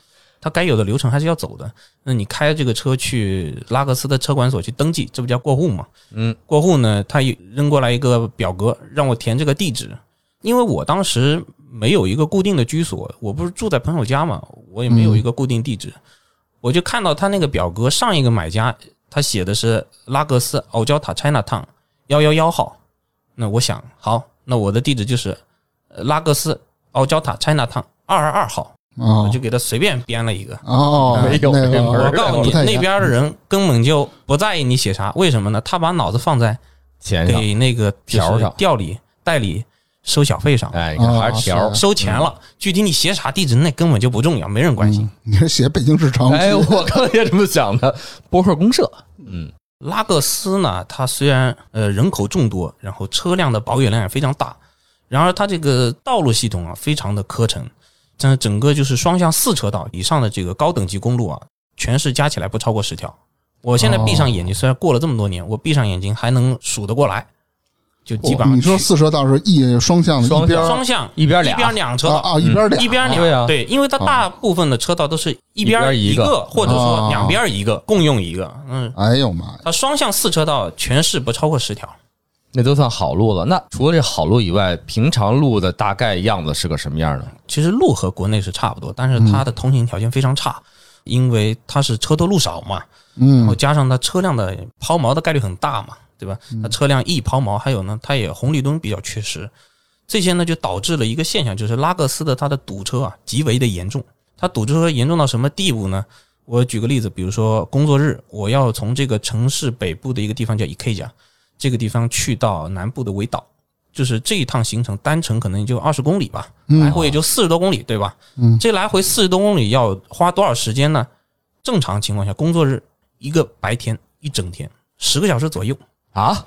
它该有的流程还是要走的。那你开这个车去拉各斯的车管所去登记，这不叫过户吗？过户呢，他扔过来一个表格让我填这个地址，因为我当时没有一个固定的居所，我不是住在朋友家嘛，我也没有一个固定地址，我就看到他那个表格上一个买家他写的是拉各斯奥焦塔 Chinatown 111号，那我想好，那我的地址就是拉各斯奥焦塔 Chinatown 222号，我就给他随便编了一个。 没有这门。 我告诉你，那边的人根本就不在意你写啥，为什么呢？他把脑子放在钱上， 给那个条上调理代理收小费上。 哎，你看还是条收钱了，具体你写啥地址那根本就不重要，没人关心。 你是写北京市长？ 哎，我刚才也这么想的。博客公社， 拉各斯呢，它虽然人口众多，然后车辆的保有量也非常大，然而它这个道路系统啊非常的磕碜。但是整个就是双向4车道以上的这个高等级公路啊，全市加起来不超过10条。我现在闭上眼睛，虽然过了这么多年，我闭上眼睛还能数得过来，就基本上。 你说4车道是双向的， 双向一边 2车道啊，一边 2， 对啊， 对，因为它大部分的车道都是一边一个，或者说两边一个，共用一个。 哎呦妈呀！ 它双向4车道全市不超过10条。 那都算好路了。那除了这好路以外，平常路的大概样子是个什么样的？ 其实路和国内是差不多，但是它的通行条件非常差，因为它是车多路少嘛，然后加上它车辆的抛锚的概率很大嘛，对吧？它车辆易抛锚，还有呢，它也红绿灯比较缺失，这些呢就导致了一个现象，就是拉各斯的它的堵车啊极为的严重。它堵车严重到什么地步呢？我举个例子，比如说工作日，我要从这个城市北部的一个地方叫伊克加。这个地方去到南部的维岛，就是这一趟行程单程可能也就20公里吧，来回也就40多公里，对吧？这来回40多公里要花多少时间呢？正常情况下，工作日一个白天一整天10个小时左右啊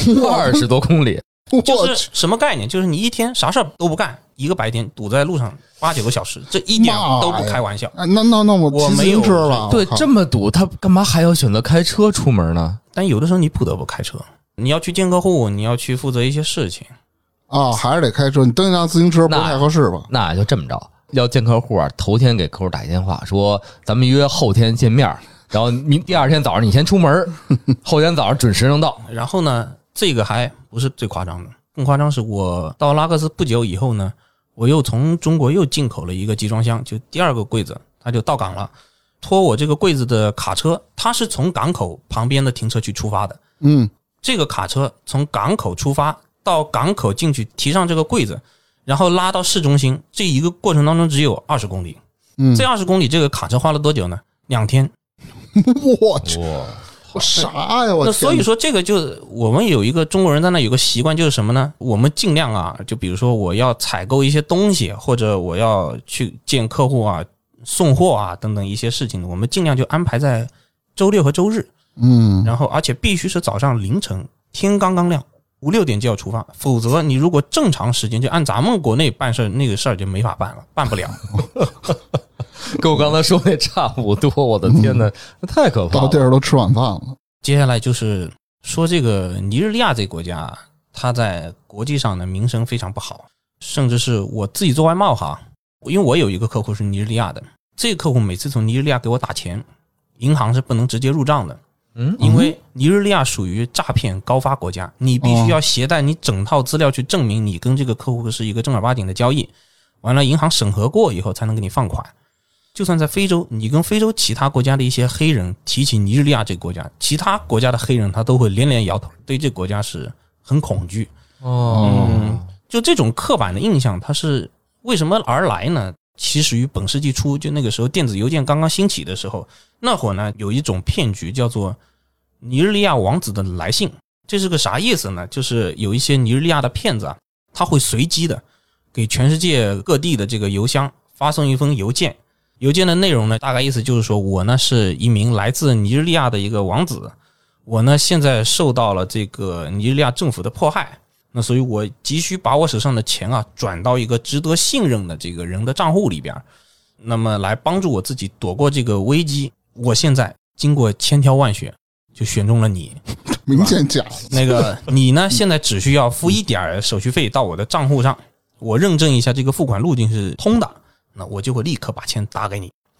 ，20多公里， 就是什么概念？就是你一天啥事都不干，一个白天堵在路上8、9个小时，这一点都不开玩笑。 那我没有车了。 对，这么堵，他干嘛还要选择开车出门呢？ 但有的时候你不得不开车。你要去见客户，你要去负责一些事情啊，还是得开车。你蹬一辆自行车不太合适吧？ 那就这么着，要见客户啊，头天给客户打一电话，说咱们约后天见面，然后第2天早上你先出门，后天早上准时能到。 然后呢，这个还不是最夸张的，更夸张是我到拉各斯不久以后呢，我又从中国又进口了一个集装箱，就第2个柜子，它就到港了。拖我这个柜子的卡车，它是从港口旁边的停车区出发的。这个卡车从港口出发到港口进去，提上这个柜子，然后拉到市中心，这一个过程当中只有20公里。这20公里这个卡车花了多久呢？2天。 我去，我啥呀？我那所以说这个就是我们有一个中国人在那有个习惯，就是什么呢？我们尽量啊，就比如说我要采购一些东西，或者我要去见客户啊、送货啊等等一些事情，我们尽量就安排在周6和周日。然后而且必须是早上凌晨天刚刚亮5、6点就要出发，否则你如果正常时间就按咱们国内办事，那个事儿就没法办了，办不了。 跟我刚才说那差不多，我的天哪，那太可怕了！ 到地儿都吃晚饭了。 接下来就是说这个尼日利亚这个国家，它在国际上的名声非常不好，甚至是我自己做外贸哈，因为我有一个客户是尼日利亚的，这个客户每次从尼日利亚给我打钱，银行是不能直接入账的。因为尼日利亚属于诈骗高发国家，你必须要携带你整套资料去证明你跟这个客户是一个正儿八经的交易，完了银行审核过以后才能给你放款。就算在非洲，你跟非洲其他国家的一些黑人提起尼日利亚这个国家，其他国家的黑人他都会连连摇头，对这个国家是很恐惧。就这种刻板的印象，它是为什么而来呢？起始于本世纪初，就那个时候电子邮件刚刚兴起的时候，那会儿呢有一种骗局叫做尼日利亚王子的来信。这是个啥意思呢？就是有一些尼日利亚的骗子啊，他会随机的给全世界各地的这个邮箱发送一封邮件，邮件的内容呢大概意思就是说，我呢是一名来自尼日利亚的一个王子，我呢现在受到了这个尼日利亚政府的迫害，那所以我急需把我手上的钱啊转到一个值得信任的这个人的账户里边，那么来帮助我自己躲过这个危机。我现在经过千挑万选就选中了你， 明显假。 那个你呢现在只需要付一点手续费到我的账户上，我认证一下这个付款路径是通的，那我就会立刻把钱打给你。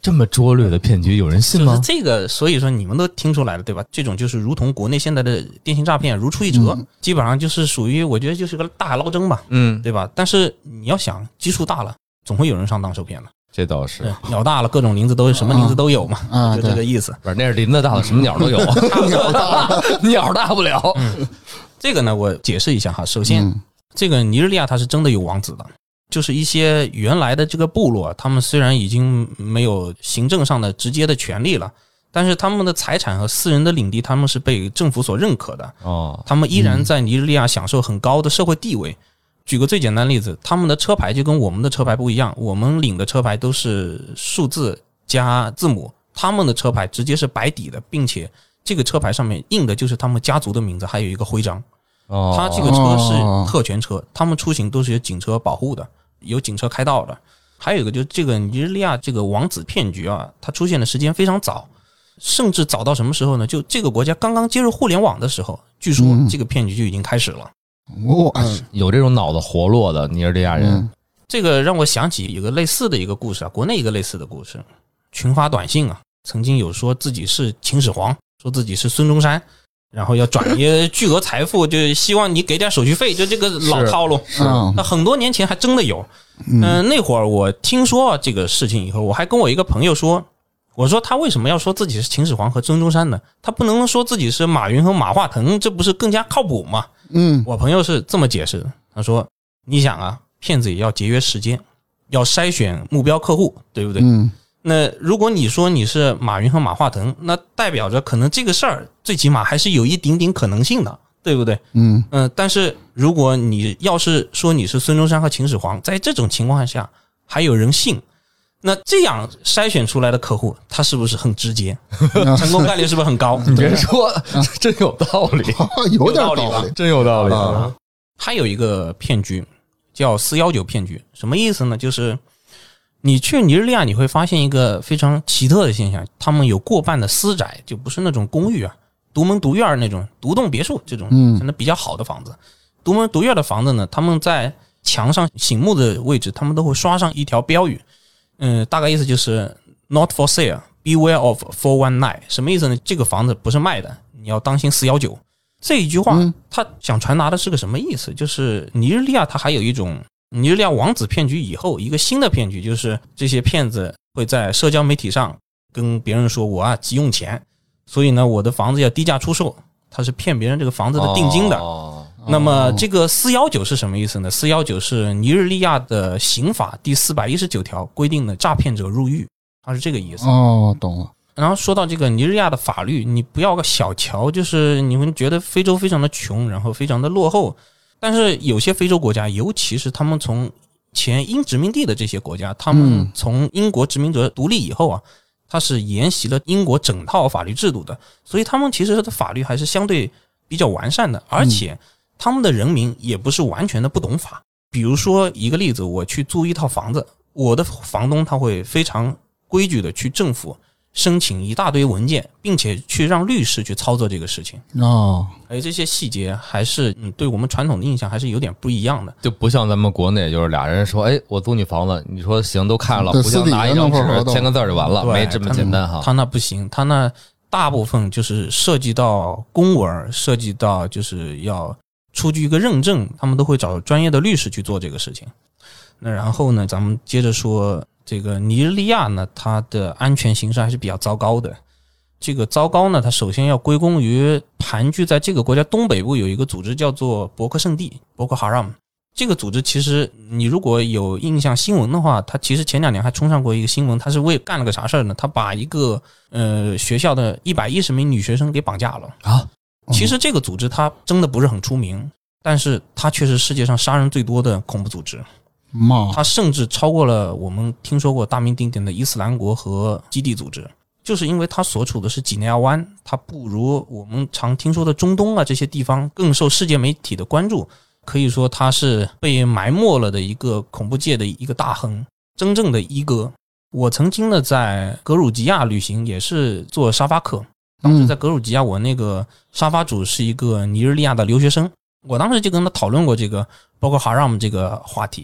这么拙劣的骗局有人信吗？ 就是这个，所以说你们都听出来了对吧？这种就是如同国内现在的电信诈骗如出一辙，基本上就是属于我觉得就是个大海捞针吧，对吧？但是你要想基数大了，总会有人上当受骗的。 这倒是， 鸟大了，各种林子都什么林子都有嘛，就这个意思。 不是，那是林子大了，什么鸟都有，鸟大不了。 这个呢，我解释一下哈。首先，这个尼日利亚它是真的有王子的，就是一些原来的这个部落，他们虽然已经没有行政上的直接的权利了，但是他们的财产和私人的领地，他们是被政府所认可的。他们依然在尼日利亚享受很高的社会地位。举个最简单的例子，他们的车牌就跟我们的车牌不一样，我们领的车牌都是数字加字母，他们的车牌直接是白底的，并且这个车牌上面印的就是他们家族的名字，还有一个徽章。他这个车是特权车，他们出行都是有警车保护的，有警车开道的。还有一个就是这个尼日利亚这个王子骗局啊，它出现的时间非常早，甚至早到什么时候呢？就这个国家刚刚接入互联网的时候，据说这个骗局就已经开始了。 有这种脑子活络的尼日利亚人。 这个让我想起有个类似的一个故事啊，国内一个类似的故事，群发短信啊，曾经有说自己是秦始皇，说自己是孙中山，然后要转移巨额财富，就希望你给点手续费，就这个老套路。那很多年前还真的有。那会儿我听说这个事情以后，我还跟我一个朋友说，我说他为什么要说自己是秦始皇和孙中山呢？他不能说自己是马云和马化腾，这不是更加靠谱吗？我朋友是这么解释的，他说你想啊，骗子也要节约时间，要筛选目标客户，对不对？那如果你说你是马云和马化腾，那代表着可能这个事儿最起码还是有一丁点可能性的，对不对？但是如果你要是说你是孙中山和秦始皇，在这种情况下还有人信，那这样筛选出来的客户，他是不是很直接？成功概率是不是很高？ 你别说，真有道理， 有点道理吧？ 真有道理。 还有一个骗局叫419骗局，什么意思呢？就是你去尼日利亚，你会发现一个非常奇特的现象，他们有过半的私宅，就不是那种公寓啊，独门独院那种独栋别墅这种真的比较好的房子。独门独院的房子呢，他们在墙上醒目的位置，他们都会刷上一条标语。大概意思就是 Not for sale, beware of 419。 什么意思呢？这个房子不是卖的，你要当心419。这一句话他想传达的是个什么意思？就是尼日利亚它还有一种尼日利亚王子骗局以后一个新的骗局，就是这些骗子会在社交媒体上跟别人说我啊急用钱，所以呢我的房子要低价出售，他是骗别人这个房子的定金的。那么这个419是什么意思呢？419是尼日利亚的刑法第419条规定的诈骗者入狱，它是这个意思。 懂了。 然后说到这个尼日利亚的法律，你不要个小瞧，就是你们觉得非洲非常的穷，然后非常的落后，但是有些非洲国家，尤其是他们从前英殖民地的这些国家，他们从英国殖民者独立以后啊，它是沿袭了英国整套法律制度的，所以他们其实的法律还是相对比较完善的，而且他们的人民也不是完全的不懂法。比如说一个例子，我去租一套房子，我的房东他会非常规矩的去政府申请一大堆文件，并且去让律师去操作这个事情。这些细节还是对我们传统的印象还是有点不一样的， 就不像咱们国内就是俩人说我租你房子，你说行都看了，不像拿一张纸签个字就完了，没这么简单哈。 他那不行，他那大部分就是涉及到公文，涉及到就是要出具一个认证，他们都会找专业的律师去做这个事情。那然后呢，咱们接着说这个尼日利亚呢，它的安全形势还是比较糟糕的。这个糟糕呢，它首先要归功于盘踞在这个国家东北部有一个组织叫做伯克圣地 Boko Haram。这个组织其实你如果有印象新闻的话，它其实前2年还冲上过一个新闻，它是为干了个啥事呢？它把一个学校的110名女学生给绑架了啊。其实这个组织它真的不是很出名，但是它却是世界上杀人最多的恐怖组织。它甚至超过了我们听说过大名鼎鼎的伊斯兰国和基地组织，就是因为它所处的是几内亚湾，它不如我们常听说的中东啊这些地方更受世界媒体的关注，可以说它是被埋没了的一个恐怖界的一个大亨，真正的一哥。我曾经呢在格鲁吉亚旅行，也是做沙发客，当时在格鲁吉亚，我那个沙发主是一个尼日利亚的留学生，我当时就跟他讨论过这个包括Haram这个话题。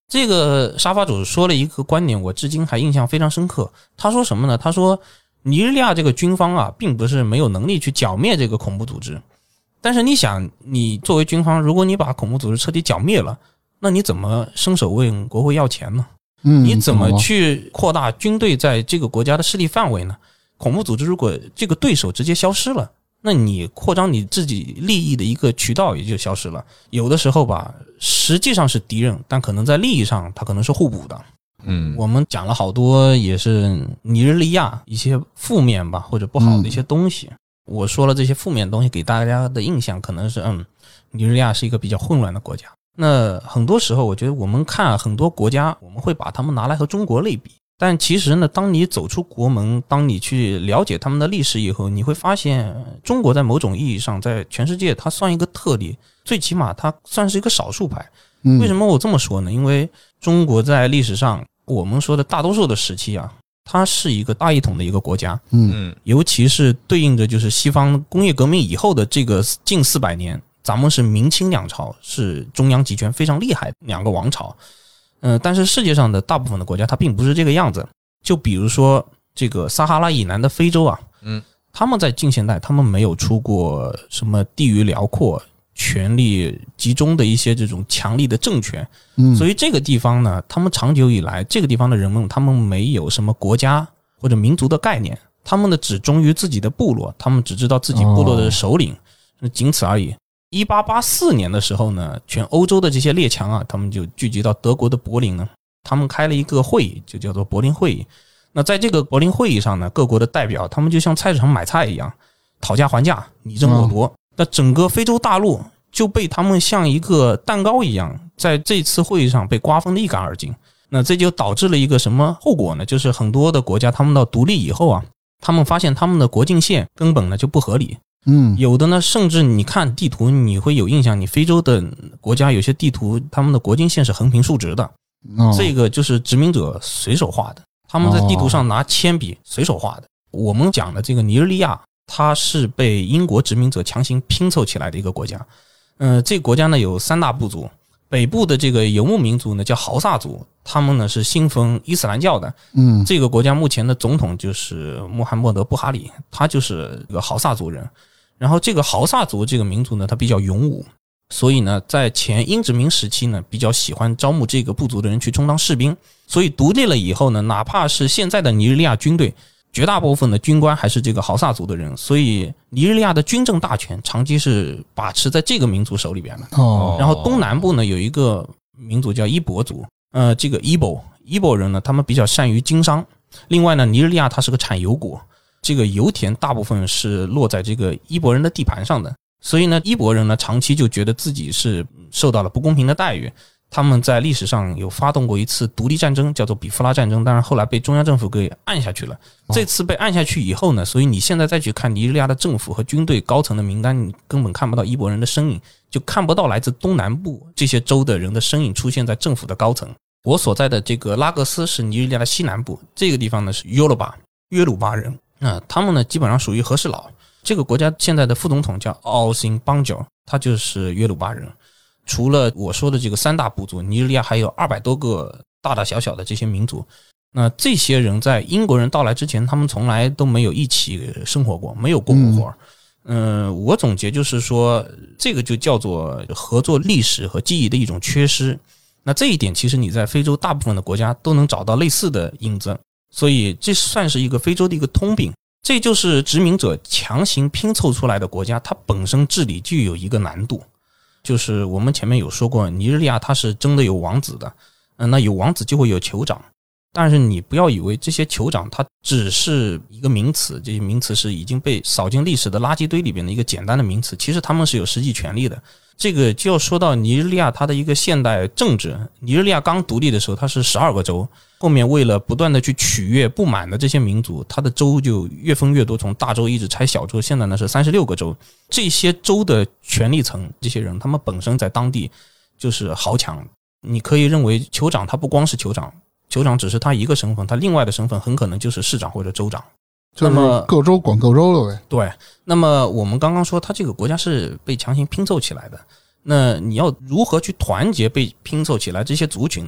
这个沙发主说了一个观点，我至今还印象非常深刻。他说什么呢？他说尼日利亚这个军方啊，并不是没有能力去剿灭这个恐怖组织，但是你想，你作为军方，如果你把恐怖组织彻底剿灭了，那你怎么伸手问国会要钱呢？你怎么去扩大军队在这个国家的势力范围呢？恐怖组织如果这个对手直接消失了，那你扩张你自己利益的一个渠道也就消失了。有的时候吧，实际上是敌人，但可能在利益上它可能是互补的。我们讲了好多也是尼日利亚一些负面吧，或者不好的一些东西。我说了这些负面的东西给大家的印象可能是尼日利亚是一个比较混乱的国家。那很多时候我觉得我们看很多国家，我们会把他们拿来和中国类比，但其实呢，当你走出国门，当你去了解他们的历史以后，你会发现中国在某种意义上在全世界它算一个特例，最起码它算是一个少数派。为什么我这么说呢？因为中国在历史上我们说的大多数的时期啊，它是一个大一统的一个国家，尤其是对应着就是西方工业革命以后的这个近400年，咱们是明清两朝，是中央集权非常厉害的两个王朝。但是世界上的大部分的国家它并不是这个样子。就比如说这个撒哈拉以南的非洲啊，他们在近现代他们没有出过什么地域辽阔、权力集中的一些这种强力的政权，所以这个地方呢，他们长久以来这个地方的人们他们没有什么国家或者民族的概念，他们呢只忠于自己的部落，他们只知道自己部落的首领，仅此而已。1884年的时候呢，全欧洲的这些列强啊，他们就聚集到德国的柏林呢，他们开了一个会议，就叫做柏林会议。那在这个柏林会议上呢，各国的代表他们就像菜市场买菜一样，讨价还价，你争我夺。那整个非洲大陆就被他们像一个蛋糕一样，在这次会议上被瓜分得一干二净。那这就导致了一个什么后果呢？就是很多的国家他们到独立以后啊，他们发现他们的国境线根本呢就不合理。有的呢，甚至你看地图你会有印象，你非洲的国家有些地图他们的国境线是横平竖直的，这个就是殖民者随手画的，他们在地图上拿铅笔随手画的。我们讲的这个尼日利亚，它是被英国殖民者强行拼凑起来的一个国家。这个国家呢有3大部族，北部的这个游牧民族呢叫豪萨族，他们呢是信奉伊斯兰教的。这个国家目前的总统就是穆罕默德·布哈里，他就是一个豪萨族人。然后这个豪萨族这个民族呢，他比较勇武，所以呢，在前英殖民时期呢，比较喜欢招募这个部族的人去充当士兵。所以独立了以后呢，哪怕是现在的尼日利亚军队，绝大部分的军官还是这个豪萨族的人，所以尼日利亚的军政大权长期是把持在这个民族手里边的。然后东南部呢有一个民族叫伊博族，这个伊博人呢，他们比较善于经商。另外呢，尼日利亚它是个产油国。这个油田大部分是落在这个伊博人的地盘上的，所以呢，伊博人呢长期就觉得自己是受到了不公平的待遇。他们在历史上有发动过一次独立战争，叫做比夫拉战争，当然后来被中央政府给按下去了。这次被按下去以后呢，所以你现在再去看尼日利亚的政府和军队高层的名单，你根本看不到伊博人的身影，就看不到来自东南部这些州的人的身影出现在政府的高层。我所在的这个拉各斯是尼日利亚的西南部，这个地方呢是约鲁巴人。他们呢基本上属于和事佬。这个国家现在的副总统叫奥辛邦久，他就是约鲁巴人。除了我说的这个3大部族，尼日利亚还有200多个大大小小的这些民族。那这些人在英国人到来之前，他们从来都没有一起生活过，没有过活。我总结就是说，这个就叫做合作历史和记忆的一种缺失。那这一点其实你在非洲大部分的国家都能找到类似的影子。所以这算是一个非洲的一个通病，这就是殖民者强行拼凑出来的国家，它本身治理就有一个难度。就是我们前面有说过，尼日利亚它是真的有王子的，那有王子就会有酋长，但是你不要以为这些酋长它只是一个名词，这些名词是已经被扫进历史的垃圾堆里边的一个简单的名词，其实他们是有实际权利的。这个就要说到尼日利亚它的一个现代政治。尼日利亚刚独立的时候它是12个州，后面为了不断的去取悦不满的这些民族，它的州就越分越多，从大州一直拆小州，现在呢是36个州。这些州的权力层这些人，他们本身在当地就是豪强。你可以认为酋长他不光是酋长，酋长只是他一个身份，他另外的身份很可能就是市长或者州长。 就是各州管各州了呗。 对，那么我们刚刚说他这个国家是被强行拼凑起来的，那你要如何去团结被拼凑起来这些族群呢？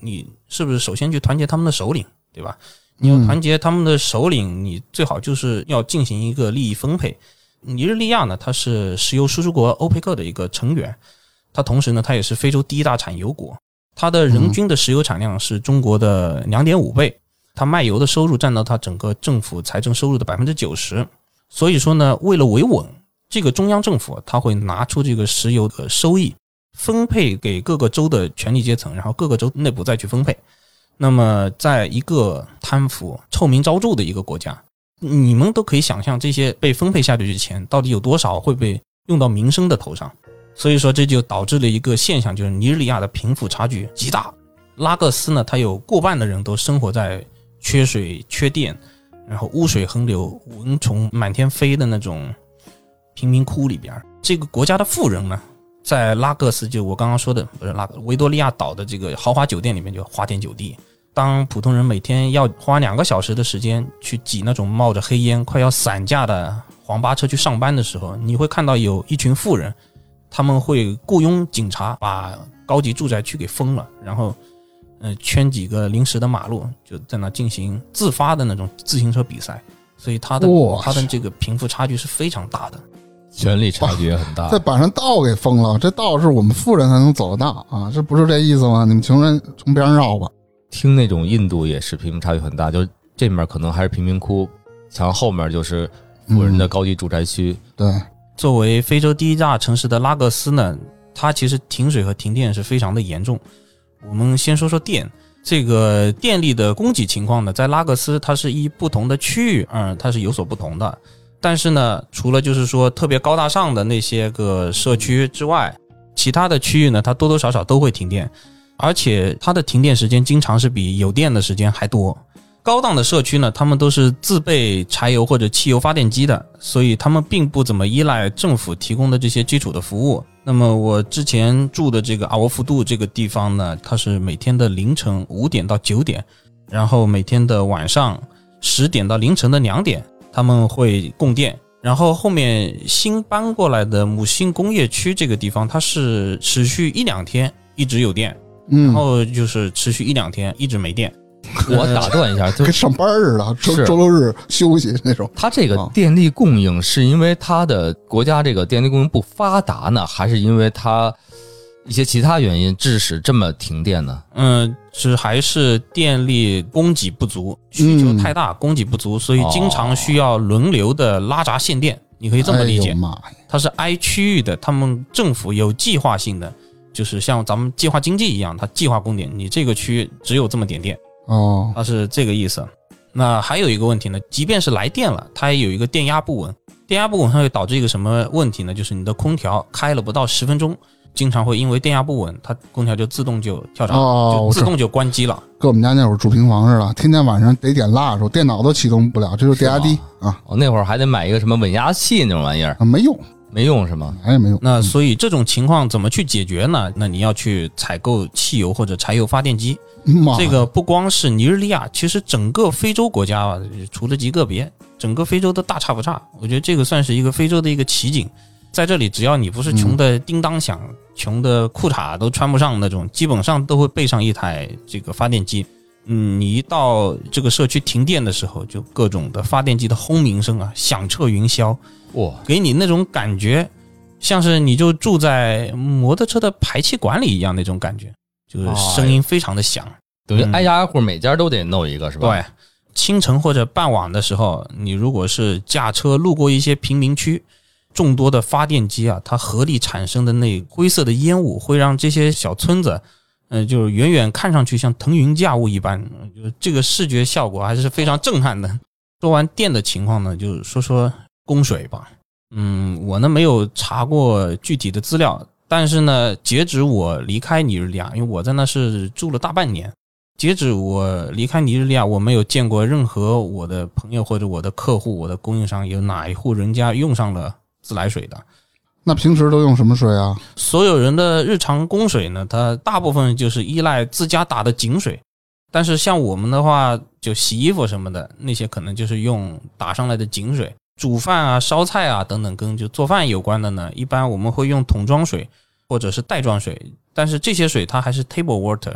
你是不是首先去团结他们的首领，对吧？你要团结他们的首领，你最好就是要进行一个利益分配。尼日利亚呢，它是石油输出国欧佩克的一个成员，它同时呢，它也是非洲第一大产油国，它的人均的石油产量是中国的 2.5 倍，它卖油的收入占到它整个政府财政收入的 90%。 所以说呢，为了维稳，这个中央政府它会拿出这个石油的收益分配给各个州的权力阶层，然后各个州内部再去分配。那么在一个贪腐臭名昭著的一个国家，你们都可以想象这些被分配下去的钱到底有多少会被用到民生的头上。所以说这就导致了一个现象，就是尼日利亚的贫富差距极大。拉各斯呢，它有过半的人都生活在缺水缺电，然后污水横流蚊虫满天飞的那种贫民窟里边。这个国家的富人呢，在拉各斯，就我刚刚说的不是维多利亚岛的这个豪华酒店里面就花天酒地。当普通人每天要花2个小时的时间去挤那种冒着黑烟快要散架的黄巴车去上班的时候，你会看到有一群富人，他们会雇佣警察把高级住宅区给封了，然后圈几个临时的马路，就在那进行自发的那种自行车比赛。所以他的这个贫富差距是非常大的， 权力差距也很大。 再把人道给封了，这道是我们富人才能走得到啊，这不是这意思吗？你们穷人从边上绕吧。 听那种印度也是贫富差距很大，就这面可能还是贫民窟，像后面就是富人的高级住宅区。 对， 作为非洲第一大城市的拉各斯呢，它其实停水和停电是非常的严重。我们先说说电，这个电力的供给情况呢，在拉各斯它是依不同的区域，它是有所不同的。但是呢，除了就是说特别高大上的那些个社区之外，其他的区域呢，它多多少少都会停电。而且它的停电时间经常是比有电的时间还多。高档的社区呢，他们都是自备柴油或者汽油发电机的，所以他们并不怎么依赖政府提供的这些基础的服务。那么我之前住的这个阿沃夫杜这个地方呢，它是每天的凌晨5点到9点，然后每天的晚上10点到凌晨的2点他们会供电。然后后面新搬过来的母星工业区这个地方，它是持续1-2天一直有电，然后就是持续1-2天一直没电。 我打断一下， 跟上班似的，周六日休息那种。 它这个电力供应是因为它的国家这个电力供应不发达呢，还是因为它一些其他原因致使这么停电呢？ 还是电力供给不足，需求太大，供给不足，所以经常需要轮流的拉闸限电。你可以这么理解，它是挨区域的，他们政府有计划性的，就是像咱们计划经济一样，它计划供电，你这个区只有这么点电。它是这个意思。那还有一个问题呢，即便是来电了，它也有一个电压不稳。电压不稳它会导致一个什么问题呢？就是你的空调开了不到10分钟，经常会因为电压不稳，它空调就自动就跳闸，就自动就关机了。 跟我们家那会儿住平房似的，天天晚上得点蜡烛，电脑都启动不了，这就是电压低啊。 那会儿还得买一个什么稳压器那种玩意儿，没用是吗？ 也没用。 那所以这种情况怎么去解决呢？那你要去采购汽油或者柴油发电机。这个不光是尼日利亚，其实整个非洲国家除了极个别，整个非洲都大差不差。我觉得这个算是一个非洲的一个奇景。在这里，只要你不是穷的叮当响，穷的裤衩都穿不上那种，基本上都会备上一台这个发电机。你一到这个社区停电的时候，就各种的发电机的轰鸣声响彻云霄，给你那种感觉像是你就住在摩托车的排气管里一样，那种感觉就是声音非常的响， 等于挨家挨户每家都得弄一个是吧？ 对，清晨或者傍晚的时候，你如果是驾车路过一些贫民区，众多的发电机它合力产生的那灰色的烟雾会让这些小村子就远远看上去像腾云驾雾一般，就这个视觉效果还是非常震撼的。说完电的情况呢，就说说供水吧。我呢没有查过具体的资料，但是呢，截止我离开尼日利亚，因为我在那是住了大半年，截止我离开尼日利亚，我没有见过任何我的朋友或者我的客户、我的供应商有哪一户人家用上了自来水的。 那平时都用什么水啊？ 所有人的日常供水呢，它大部分就是依赖自家打的井水，但是像我们的话，就洗衣服什么的，那些可能就是用打上来的井水。煮饭烧菜等等跟就做饭有关的呢，一般我们会用桶装水或者是袋装水，但是这些水它还是 table water，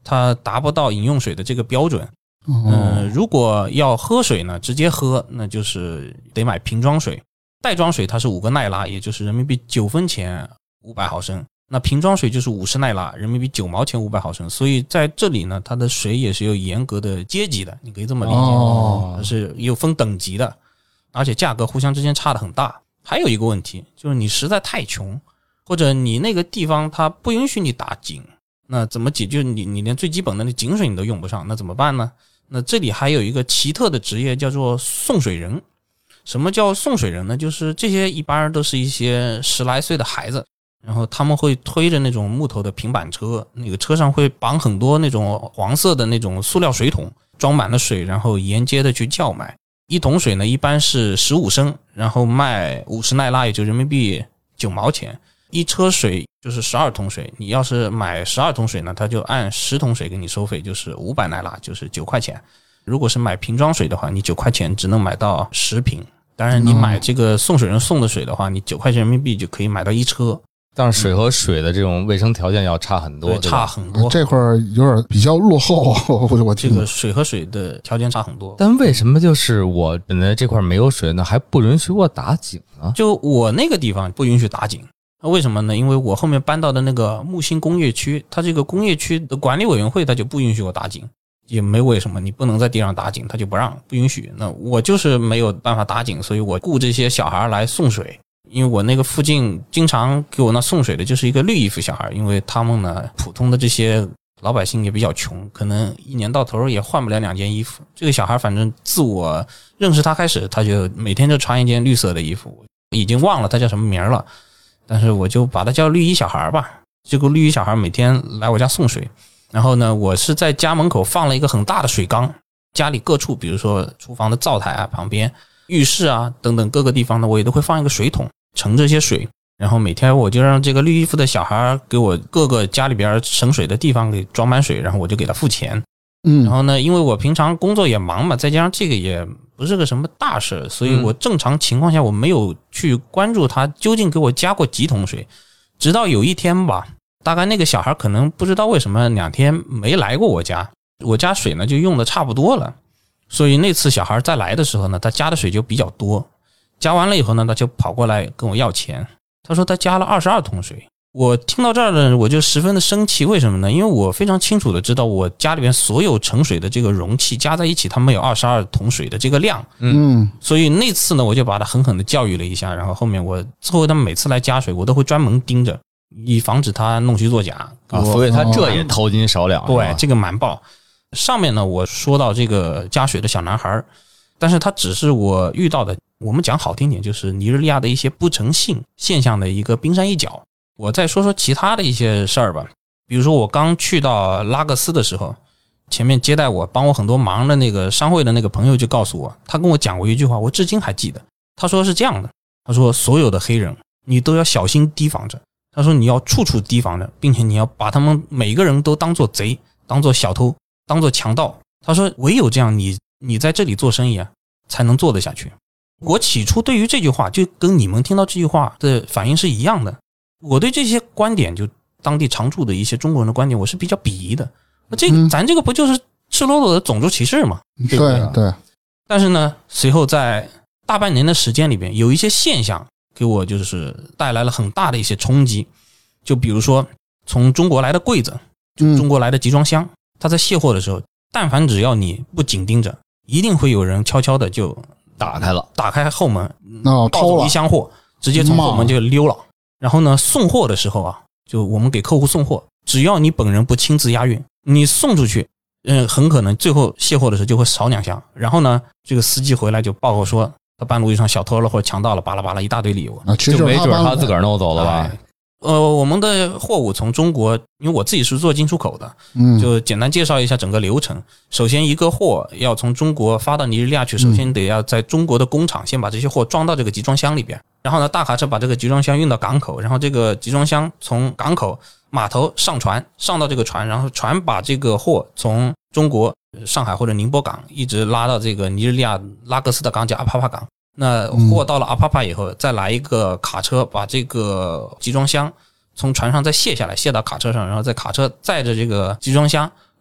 它达不到饮用水的这个标准。如果要喝水呢，直接喝，那就是得买瓶装水。袋装水它是5个奈拉，也就是人民币9分钱500毫升。那瓶装水就是50奈拉，人民币9毛钱500毫升。所以在这里呢，它的水也是有严格的阶级的，你可以这么理解，它是有分等级的，而且价格互相之间差得很大。还有一个问题就是你实在太穷，或者你那个地方它不允许你打井，那怎么解决？你连最基本的那井水你都用不上，那怎么办呢？那这里还有一个奇特的职业叫做送水人。什么叫送水人呢？就是这些一般都是一些10来岁的孩子，然后他们会推着那种木头的平板车，那个车上会绑很多那种黄色的那种塑料水桶，装满了水，然后沿街的去叫卖。一桶水呢一般是15升，然后卖50奈拉，也就人民币9毛钱。一车水就是12桶水，你要是买12桶水呢，他就按10桶水给你收费，就是500奈拉，就是9块钱。如果是买瓶装水的话，你9块钱只能买到10瓶。当然你买这个送水人送的水的话，你9块钱人民币就可以买到一车。 但是水和水的这种卫生条件要差很多， 对，差很多。 这块有点比较落后，我这个水和水的条件差很多。 但为什么就是我本来这块没有水呢，还不允许我打井呢？ 就我那个地方不允许打井。为什么呢？因为我后面搬到的那个木星工业区，它这个工业区的管理委员会它就不允许我打井，也没为什么，你不能在地上打井，它就不允许。那我就是没有办法打井，所以我雇这些小孩来送水。因为我那个附近经常给我那送水的就是一个绿衣服小孩，因为他们呢普通的这些老百姓也比较穷，可能一年到头也换不了2件衣服。这个小孩反正自我认识他开始，他就每天就穿一件绿色的衣服，已经忘了他叫什么名了，但是我就把他叫绿衣小孩吧。这个绿衣小孩每天来我家送水，然后呢我是在家门口放了一个很大的水缸，家里各处比如说厨房的灶台啊旁边，浴室啊等等各个地方呢，我也都会放一个水桶盛这些水，然后每天我就让这个绿衣服的小孩给我各个家里边省水的地方给装满水，然后我就给他付钱。然后呢因为我平常工作也忙嘛，再加上这个也不是个什么大事，所以我正常情况下我没有去关注他究竟给我加过几桶水。直到有一天吧，大概那个小孩可能不知道为什么2天没来过我家，我家水呢就用的差不多了，所以那次小孩再来的时候呢，他加的水就比较多。加完了以后呢，他就跑过来跟我要钱，他说他加了22桶水。我听到这儿呢，我就十分的生气。为什么呢？因为我非常清楚的知道我家里边所有盛水的这个容器加在一起，它没有22桶水的这个量。所以那次呢，我就把他狠狠的教育了一下，然后后面我之后他每次来加水，我都会专门盯着，以防止他弄虚作假。 所以他这也淘金少两。 对，这个瞒报。上面呢，我说到这个加水的小男孩，但是他只是我遇到的，我们讲好听点，就是尼日利亚的一些不诚信现象的一个冰山一角。我再说说其他的一些事儿吧。比如说我刚去到拉各斯的时候，前面接待我帮我很多忙的那个商会的那个朋友就告诉我，他跟我讲过一句话，我至今还记得。他说是这样的，他说所有的黑人你都要小心提防着，他说你要处处提防着，并且你要把他们每个人都当作贼，当作小偷，当作强盗。他说唯有这样你在这里做生意啊才能做得下去。我起初对于这句话就跟你们听到这句话的反应是一样的，我对这些观点，就当地常住的一些中国人的观点，我是比较鄙夷的。咱这个不就是赤裸裸的种族歧视吗？对不对？ 对。 但是呢，随后在大半年的时间里边，有一些现象给我就是带来了很大的一些冲击。就比如说从中国来的柜子，就中国来的集装箱，他在卸货的时候，但凡只要你不紧盯着，一定会有人悄悄的就打开后门， 抱走一箱货，直接从后门就溜了。然后呢，送货的时候啊，就我们给客户送货，只要你本人不亲自押运，你送出去，很可能最后卸货的时候就会少2箱。然后呢，这个司机回来就报告说，他半路上小偷了或者强盗了，巴拉巴拉一大堆理由， 就没准他自个儿弄走了吧。 我们的货物从中国，因为我自己是做进出口的，就简单介绍一下整个流程。首先一个货要从中国发到尼日利亚去，首先得要在中国的工厂先把这些货装到这个集装箱里边，然后呢大卡车把这个集装箱运到港口，然后这个集装箱从港口码头上船，上到这个船，然后船把这个货从中国上海或者宁波港一直拉到这个尼日利亚拉各斯的港叫阿帕帕港。那货到了阿帕帕以后，再来一个卡车把这个集装箱从船上再卸下来，卸到卡车上，然后在卡车载着这个集装箱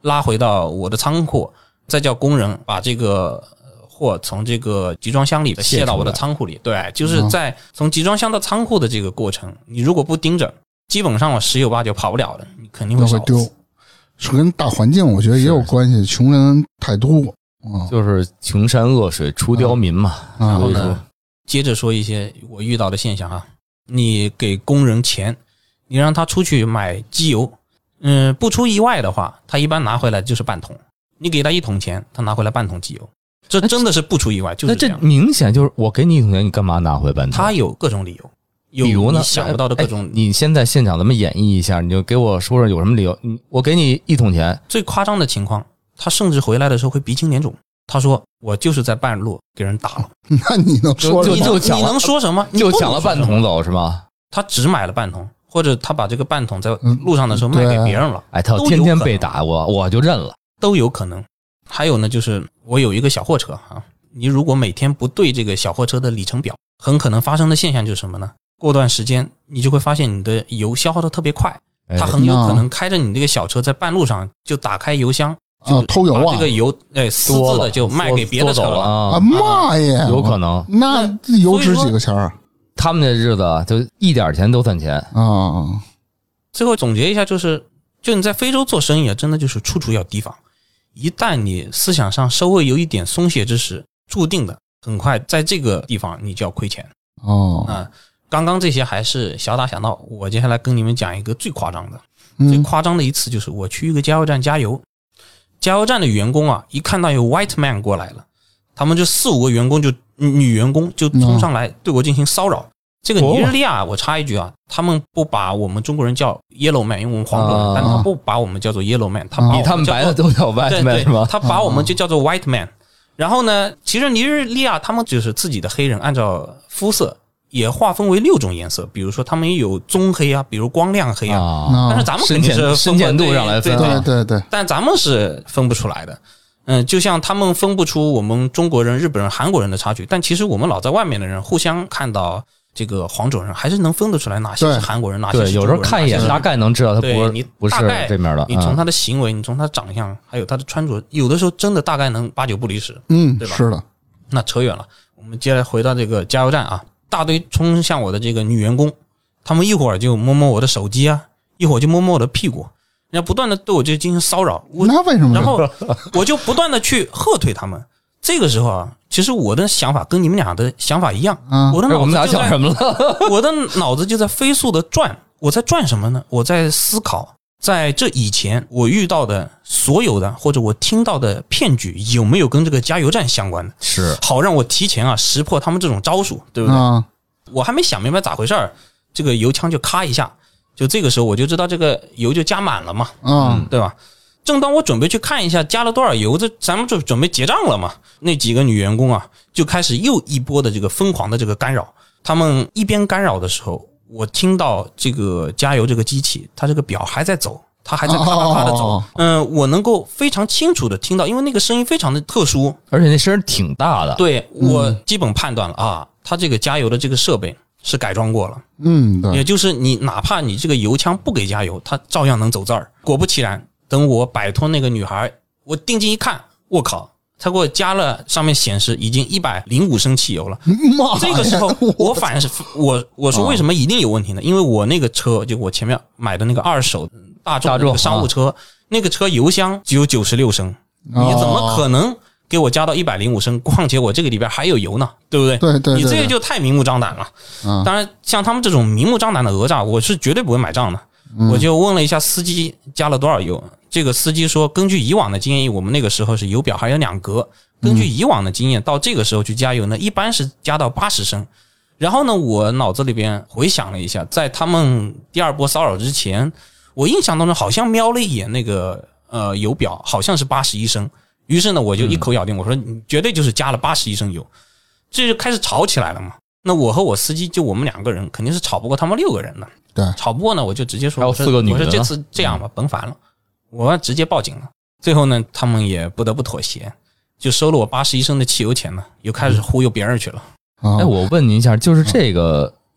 拉回到我的仓库，再叫工人把这个货从这个集装箱里卸到我的仓库里。对，就是在从集装箱到仓库的这个过程，你如果不盯着，基本上10有8就跑不了的，你肯定会丢。是跟大环境我觉得也有关系，穷人太多就是穷山恶水出刁民嘛。 然后呢，接着说一些我遇到的现象啊，你给工人钱，你让他出去买机油，不出意外的话，他一般拿回来就是半桶。你给他1桶钱，他拿回来半桶机油，这真的是不出意外，就是这样。 那这明显就是我给你1桶钱，你干嘛拿回半桶？ 他有各种理由。 比如呢， 你想不到的各种。 你现在现场咱们演绎一下，你就给我说说有什么理由。我给你1桶钱， 最夸张的情况，他甚至回来的时候会鼻青脸肿。他说我就是在半路给人打了。 那你能说你能说什么？ 就抢了半桶走是吗？ 他只买了半桶，或者他把这个半桶在路上的时候卖给别人了。 哎，他天天被打，我就认了， 都有可能。还有呢，就是我有一个小货车啊，你如果每天不对这个小货车的里程表，很可能发生的现象就是什么呢？过段时间你就会发现你的油消耗的特别快，他很有可能开着你这个小车在半路上就打开油箱，就偷油啊， 把这个油私自的就卖给别的车了啊！妈呀， 有可能。 那油值几个钱啊？ 他们这日子就一点钱都算钱啊！ 最后总结一下，就你在非洲做生意啊，真的就是处处要提防。一旦你思想上稍微有一点松懈之时，注定的很快在这个地方你就要亏钱刚刚这些还是小打小闹，我接下来跟你们讲一个最夸张的。最夸张的一次就是我去一个加油站加油，加油站的员工啊，一看到有 white man 过来了，他们就4-5个员工就女员工就冲上来对我进行骚扰。这个尼日利亚，我插一句啊，他们不把我们中国人叫 yellow man， 因为我们黄种人，但他不把我们叫做 yellow man， 比他们白的都叫 white man 是吧？ 他把我们就叫做 white man。然后呢，其实尼日利亚他们就是自己的黑人，按照肤色也划分为6种颜色，比如说他们也有棕黑啊，比如光亮黑啊，但是咱们肯定是深浅度上来分， 对， 但咱们是分不出来的。就像他们分不出我们中国人、日本人、韩国人的差距，但其实我们老在外面的人互相看到这个黄种人，还是能分得出来哪些是韩国人，哪些是中国人。 对，有时候看一眼大概能知道他不是这面的。 你从他的行为，你从他的长相，还有他的穿着，有的时候真的大概能8-9不离十。对吧？ 是的。 那扯远了，我们接下来回到这个加油站啊。大堆冲向我的这个女员工，他们一会儿就摸摸我的手机啊，一会儿就摸摸我的屁股，人家不断的对我就进行骚扰。 那为什么？ 然后我就不断的去喝退他们。这个时候啊，其实我的想法跟你们俩的想法一样，我的脑子就在什么了？ 我的脑子就在飞速的转。我在转什么呢？我在思考，在这以前我遇到的所有的或者我听到的骗局有没有跟这个加油站相关的， 是好让我提前啊识破他们这种招数，对不对？我还没想明白咋回事儿，这个油枪就咔一下，就这个时候我就知道这个油就加满了嘛，对吧？正当我准备去看一下加了多少油，咱们就准备结账了嘛。那几个女员工啊，就开始又一波的这个疯狂的这个干扰。他们一边干扰的时候，我听到这个加油这个机器，它这个表还在走，它还在咔咔咔的走。我能够非常清楚的听到，因为那个声音非常的特殊， 而且那声挺大的。 对，我基本判断了啊，它这个加油的这个设备是改装过了。 对， 也就是你哪怕你这个油枪不给加油，它照样能走字儿。果不其然。等我摆脱那个女孩，我定睛一看，我靠，他给我加了，上面显示已经105升汽油了。这个时候我反是我说为什么一定有问题呢？因为我那个车就我前面买的那个2手大众那个商务车，那个车油箱只有96升，你怎么可能给我加到105升？况且我这个里边还有油呢，对不对？ 对， 你这个就太明目张胆了。当然，像他们这种明目张胆的讹诈，我是绝对不会买账的。我就问了一下司机加了多少油，这个司机说根据以往的经验，我们那个时候是油表还有2格，根据以往的经验，到这个时候去加油呢，一般是加到80升。然后呢，我脑子里边回想了一下，在他们第2波骚扰之前，我印象当中好像瞄了一眼那个油表，好像是81升。于是呢，我就一口咬定，我说你绝对就是加了81升油，这就开始吵起来了嘛。那我和我司机就我们2个人肯定是吵不过他们6个人的。 对， 吵不过呢，我就直接说， 还有4个女的， 我说这次这样吧，甭烦了，我直接报警了。最后呢，他们也不得不妥协，就收了我81升的汽油钱呢，又开始忽悠别人去了。 我问您一下，就是这个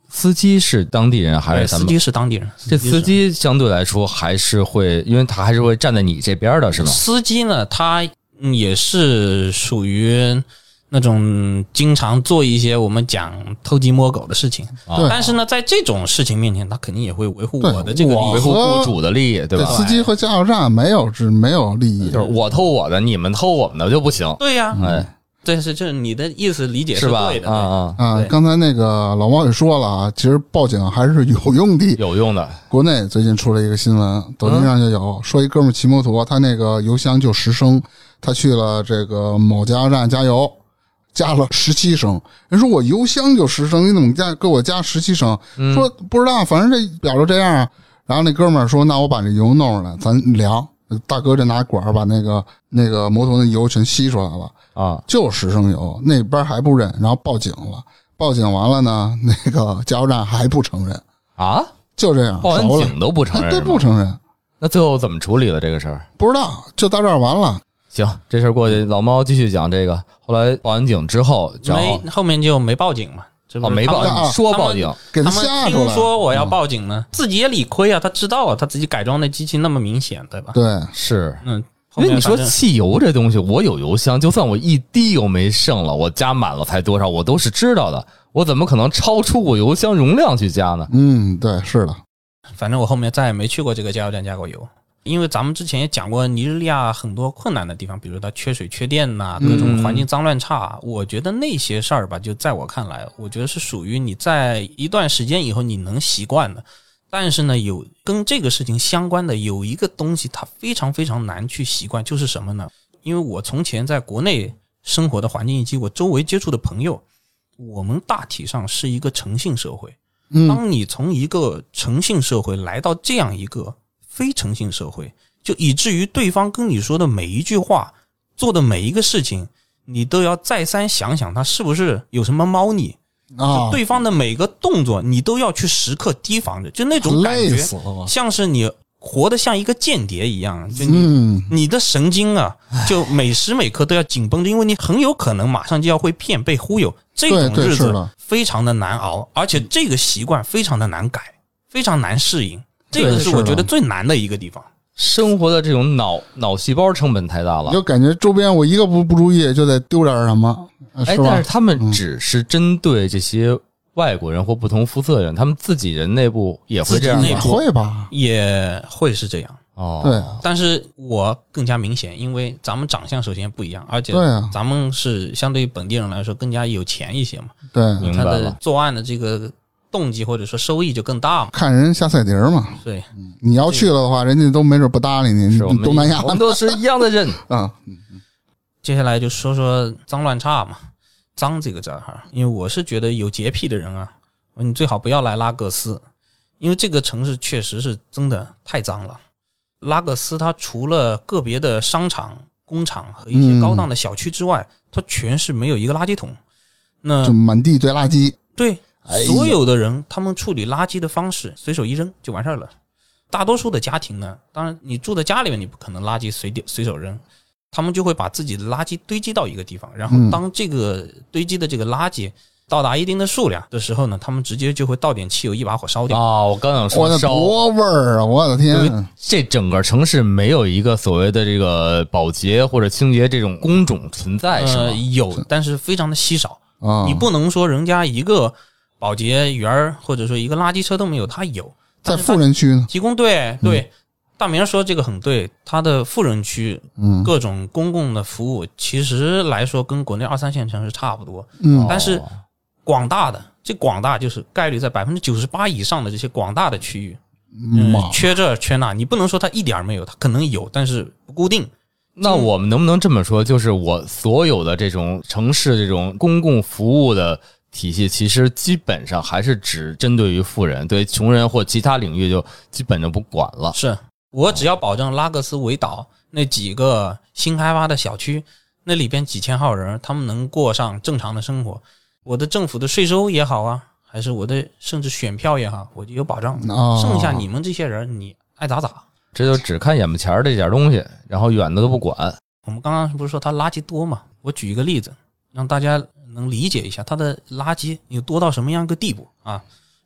司机是当地人还是司机是当地人？ 这司机相对来说还是会，因为他还是会站在你这边的，是吗？ 司机呢，他也是属于那种经常做一些我们讲偷鸡摸狗的事情，但是呢，在这种事情面前，他肯定也会维护我的这个利益， 维护雇主的利益，对吧？ 司机和加油站没有利益， 就是我偷我的，你们偷我们的就不行。 对呀，这是你的意思，理解是对的啊。刚才那个老猫也说了啊，其实报警还是有用的， 有用的。 国内最近出了一个新闻，抖音上就有，说一哥们骑摩托，他那个油箱就10升，他去了这个某加油站加油。加了17升，人说我油箱就10升，你怎么给我加17升？说不知道，反正这表就这样啊。然后那哥们儿说：“那我把这油弄上来，咱量。”大哥就拿管把那个摩托的油全吸出来了啊，就10升油。那边还不认，然后报警了。报警完了呢，那个加油站还不承认啊， 就这样， 报完警都不承认， 对，不承认。 那最后怎么处理了这个事儿？ 不知道，就到这儿完了。 行，这事儿过去，老猫继续讲这个。后来报完警之后， 后面就没报警嘛？ 没报警，说报警， 给他吓出来。听说我要报警呢，自己也理亏啊，他知道啊，他自己改装的机器那么明显，对吧？ 对， 是，因为你说汽油这东西，我有油箱，就算我一滴油没剩了，我加满了才多少，我都是知道的，我怎么可能超出我油箱容量去加呢？ 对，是的。 反正我后面再也没去过这个加油站加过油。因为咱们之前也讲过尼日利亚很多困难的地方，比如它缺水缺电各种环境脏乱差，我觉得那些事儿吧，就在我看来，我觉得是属于你在一段时间以后你能习惯的。但是呢，有跟这个事情相关的有一个东西它非常非常难去习惯，就是什么呢？因为我从前在国内生活的环境以及我周围接触的朋友，我们大体上是一个诚信社会。当你从一个诚信社会来到这样一个非诚信社会，就以至于对方跟你说的每一句话，做的每一个事情，你都要再三想想他是不是有什么猫腻啊？对方的每个动作，你都要去时刻提防着，就那种感觉，像是你活得像一个间谍一样，就你的神经啊，就每时每刻都要紧绷着，因为你很有可能马上就要会骗、被忽悠，这种日子非常的难熬，而且这个习惯非常的难改，非常难适应。这个是我觉得最难的一个地方， 生活的这种脑细胞成本太大了， 就感觉周边我一个不注意就得丢点什么， 但是他们只是针对这些外国人或不同肤色的人，他们自己人内部也会这样， 也会吧， 也会是这样对， 但是我更加明显，因为咱们长相首先不一样，而且咱们是相对于本地人来说更加有钱一些嘛， 对， 他的作案的这个动机或者说收益就更大嘛， 看人下菜碟嘛。 对， 你要去了的话，人家都没准不搭理你。东南亚我们都是一样的人啊。 接下来就说说脏乱差嘛，脏这个字哈，因为我是觉得有洁癖的人啊，你最好不要来拉各斯，因为这个城市确实是真的太脏了。拉各斯它除了个别的商场、工厂和一些高档的小区之外，它全是没有一个垃圾桶，那就满地堆垃圾。 对。所有的人他们处理垃圾的方式随手一扔就完事儿了。大多数的家庭呢，当然你住在家里面你不可能垃圾随手扔，他们就会把自己的垃圾堆积到一个地方，然后当这个堆积的这个垃圾到达一定的数量的时候呢，他们直接就会倒点汽油一把火烧掉。 我刚想说烧多味儿啊，我的天， 这整个城市没有一个所谓的这个保洁或者清洁这种工种存在是吗？ 有，但是非常的稀少你不能说人家一个保洁员或者说一个垃圾车都没有，他有。 在富人区呢， 提供对，大明说这个很对，他的富人区各种公共的服务其实来说跟国内2、3线城市差不多，但是广大就是概率在98%以上的这些广大的区域，缺这缺那，你不能说它一点没有，它可能有，但是不固定。 那我们能不能这么说，就是我所有的这种城市这种公共服务的体系其实基本上还是只针对于富人，对穷人或其他领域就基本就不管了。 是我只要保证拉各斯维岛那几个新开发的小区，那里边几千号人他们能过上正常的生活，我的政府的税收也好啊，还是我的甚至选票也好，我就有保障。剩下你们这些人你爱咋咋， 这就只看眼巴前这点东西，然后远的都不管。 我们刚刚不是说他垃圾多吗？我举一个例子让大家能理解一下它的垃圾有多到什么样一个地步啊？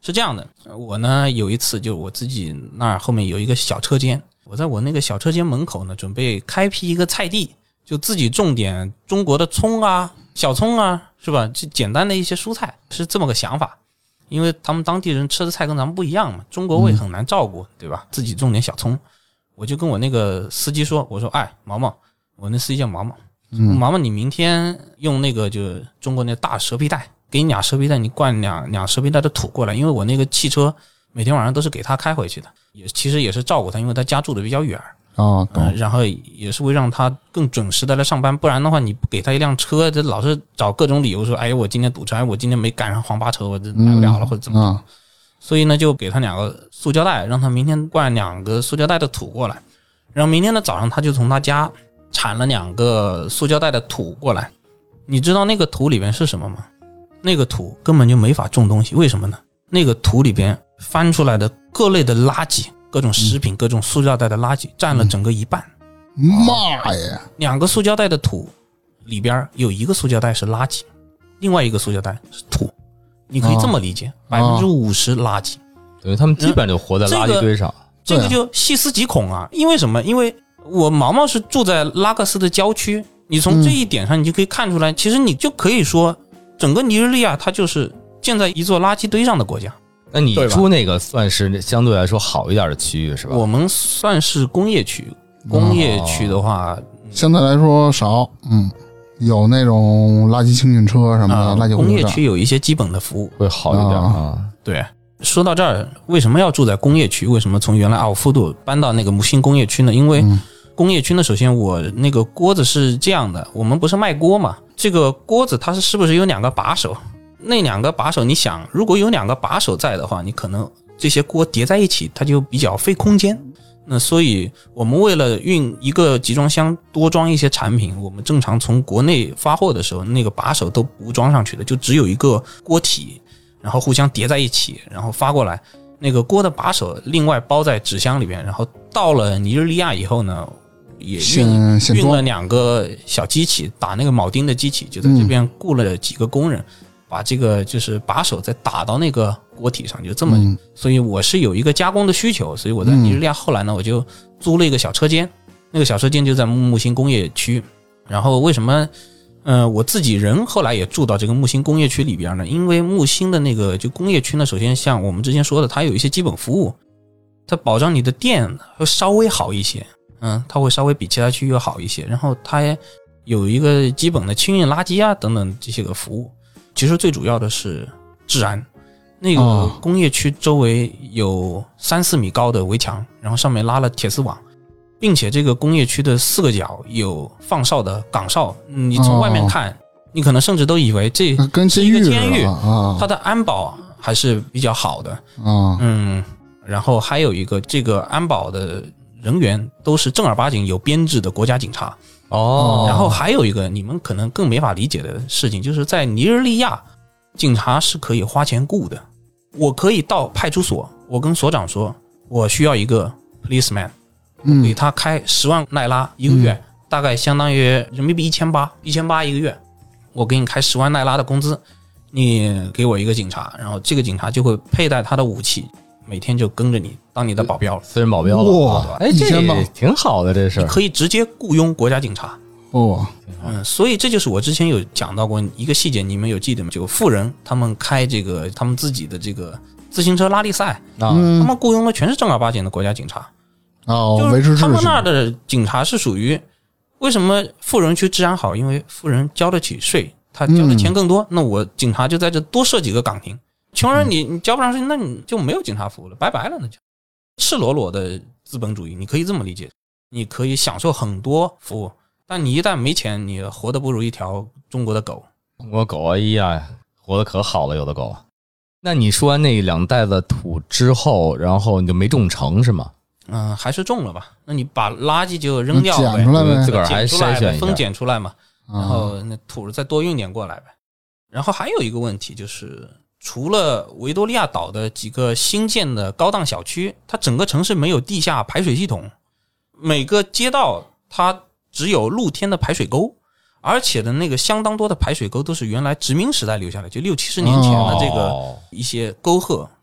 是这样的，我呢有一次就我自己那儿后面有一个小车间，我在我那个小车间门口呢准备开辟一个菜地，就自己种点中国的葱啊、小葱啊，是吧？就简单的一些蔬菜，是这么个想法。因为他们当地人吃的菜跟咱们不一样嘛，中国胃很难照顾，对吧？自己种点小葱，我就跟我那个司机说，我说，哎，毛毛，我那司机叫毛毛，毛毛，你明天用那个就中国那大蛇皮袋，给你俩蛇皮袋，你灌两蛇皮袋的土过来，因为我那个汽车每天晚上都是给他开回去的，其实也是照顾他，因为他家住的比较远然后也是为让他更准时的来上班，不然的话，你不给他一辆车，这老是找各种理由说，哎，我今天堵车，哎，我今天没赶上黄巴车，我这来不了了，或者怎么着。所以呢，就给他2个塑胶袋，让他明天灌2个塑胶袋的土过来，然后明天的早上他就从他家铲了2个塑胶袋的土过来。你知道那个土里边是什么吗？那个土根本就没法种东西，为什么呢？那个土里边翻出来的各类的垃圾，各种食品、各种塑胶袋的垃圾占了整个一半。 妈呀 ！2个塑胶袋的土里边有1个塑胶袋是垃圾，另外1个塑胶袋是土。你可以这么理解，50%垃圾。 对，他们基本就活在垃圾堆上。 这个就细思极恐啊！因为什么？因为我毛毛是住在拉各斯的郊区，你从这一点上你就可以看出来，其实你就可以说，整个尼日利亚它就是建在一座垃圾堆上的国家。 那你住那个算是相对来说好一点的区域是吧？ 我们算是工业区，工业区的话， 相对来说少，有那种垃圾清运车什么的，垃圾工业区有一些基本的服务会好一点啊。 对，说到这儿，为什么要住在工业区？为什么从原来奥夫杜搬到那个木星工业区呢？因为工业区呢，首先我那个锅子是这样的，我们不是卖锅嘛，这个锅子它是不是有2个把手？那2个把手，你想，如果有2个把手在的话，你可能这些锅叠在一起，它就比较费空间。那所以我们为了运一个集装箱多装一些产品，我们正常从国内发货的时候，那个把手都不装上去的，就只有一个锅体，然后互相叠在一起，然后发过来。那个锅的把手另外包在纸箱里边，然后到了尼日利亚以后呢，也运了2个小机器，打那个铆钉的机器，就在这边雇了几个工人，把这个就是把手再打到那个锅体上，就这么。所以我是有一个加工的需求，所以我在尼日利亚后来呢，我就租了一个小车间，那个小车间就在木星工业区。然后为什么我自己人后来也住到这个木星工业区里边呢？因为木星的那个就工业区呢，首先像我们之前说的，它有一些基本服务，它保障你的电会稍微好一些，它会稍微比其他区域好一些。然后它也有一个基本的清运垃圾啊等等这些个服务。其实最主要的是治安。那个工业区周围有3-4米高的围墙，然后上面拉了铁丝网，并且这个工业区的4个角有放哨的岗哨。你从外面看，你可能甚至都以为这是一个监狱，它的安保还是比较好的。然后还有一个，这个安保的人员都是正儿八经有编制的国家警察。然后还有一个你们可能更没法理解的事情，就是在尼日利亚，警察是可以花钱雇的。我可以到派出所，我跟所长说，我需要一个 policeman， 给他开10万奈拉一个月，大概相当于人民币1800一个月。我给你开10万奈拉的工资，你给我一个警察，然后这个警察就会佩戴他的武器，每天就跟着你当你的保镖了， 私人保镖了。 哇， 这挺好的，这是你可以直接雇佣国家警察。所以这就是我之前有讲到过一个细节，你们有记得吗？就富人他们开这个他们自己的这个自行车拉力赛，他们雇佣的全是正儿八经的国家警察。就是他们那儿的警察是属于，为什么富人区治安好？因为富人交得起税，他交的钱更多，那我警察就在这多设几个岗亭。穷人你交不上税，那你就没有警察服务了，拜拜了，那就赤裸裸的资本主义，你可以这么理解。你可以享受很多服务，但你一旦没钱，你活得不如一条中国的狗。 中国狗啊，活得可好了，有的狗。那你说完那2袋子土之后，然后你就没种成是吗？ 还是种了吧。那你把垃圾就扔掉呗， 自个儿还筛选一下， 风捡出来嘛，然后那土再多运点过来呗。然后还有一个问题就是，除了维多利亚岛的几个新建的高档小区，它整个城市没有地下排水系统，每个街道它只有露天的排水沟，而且的那个相当多的排水沟都是原来殖民时代留下来，就60-70年前的这个一些沟壑，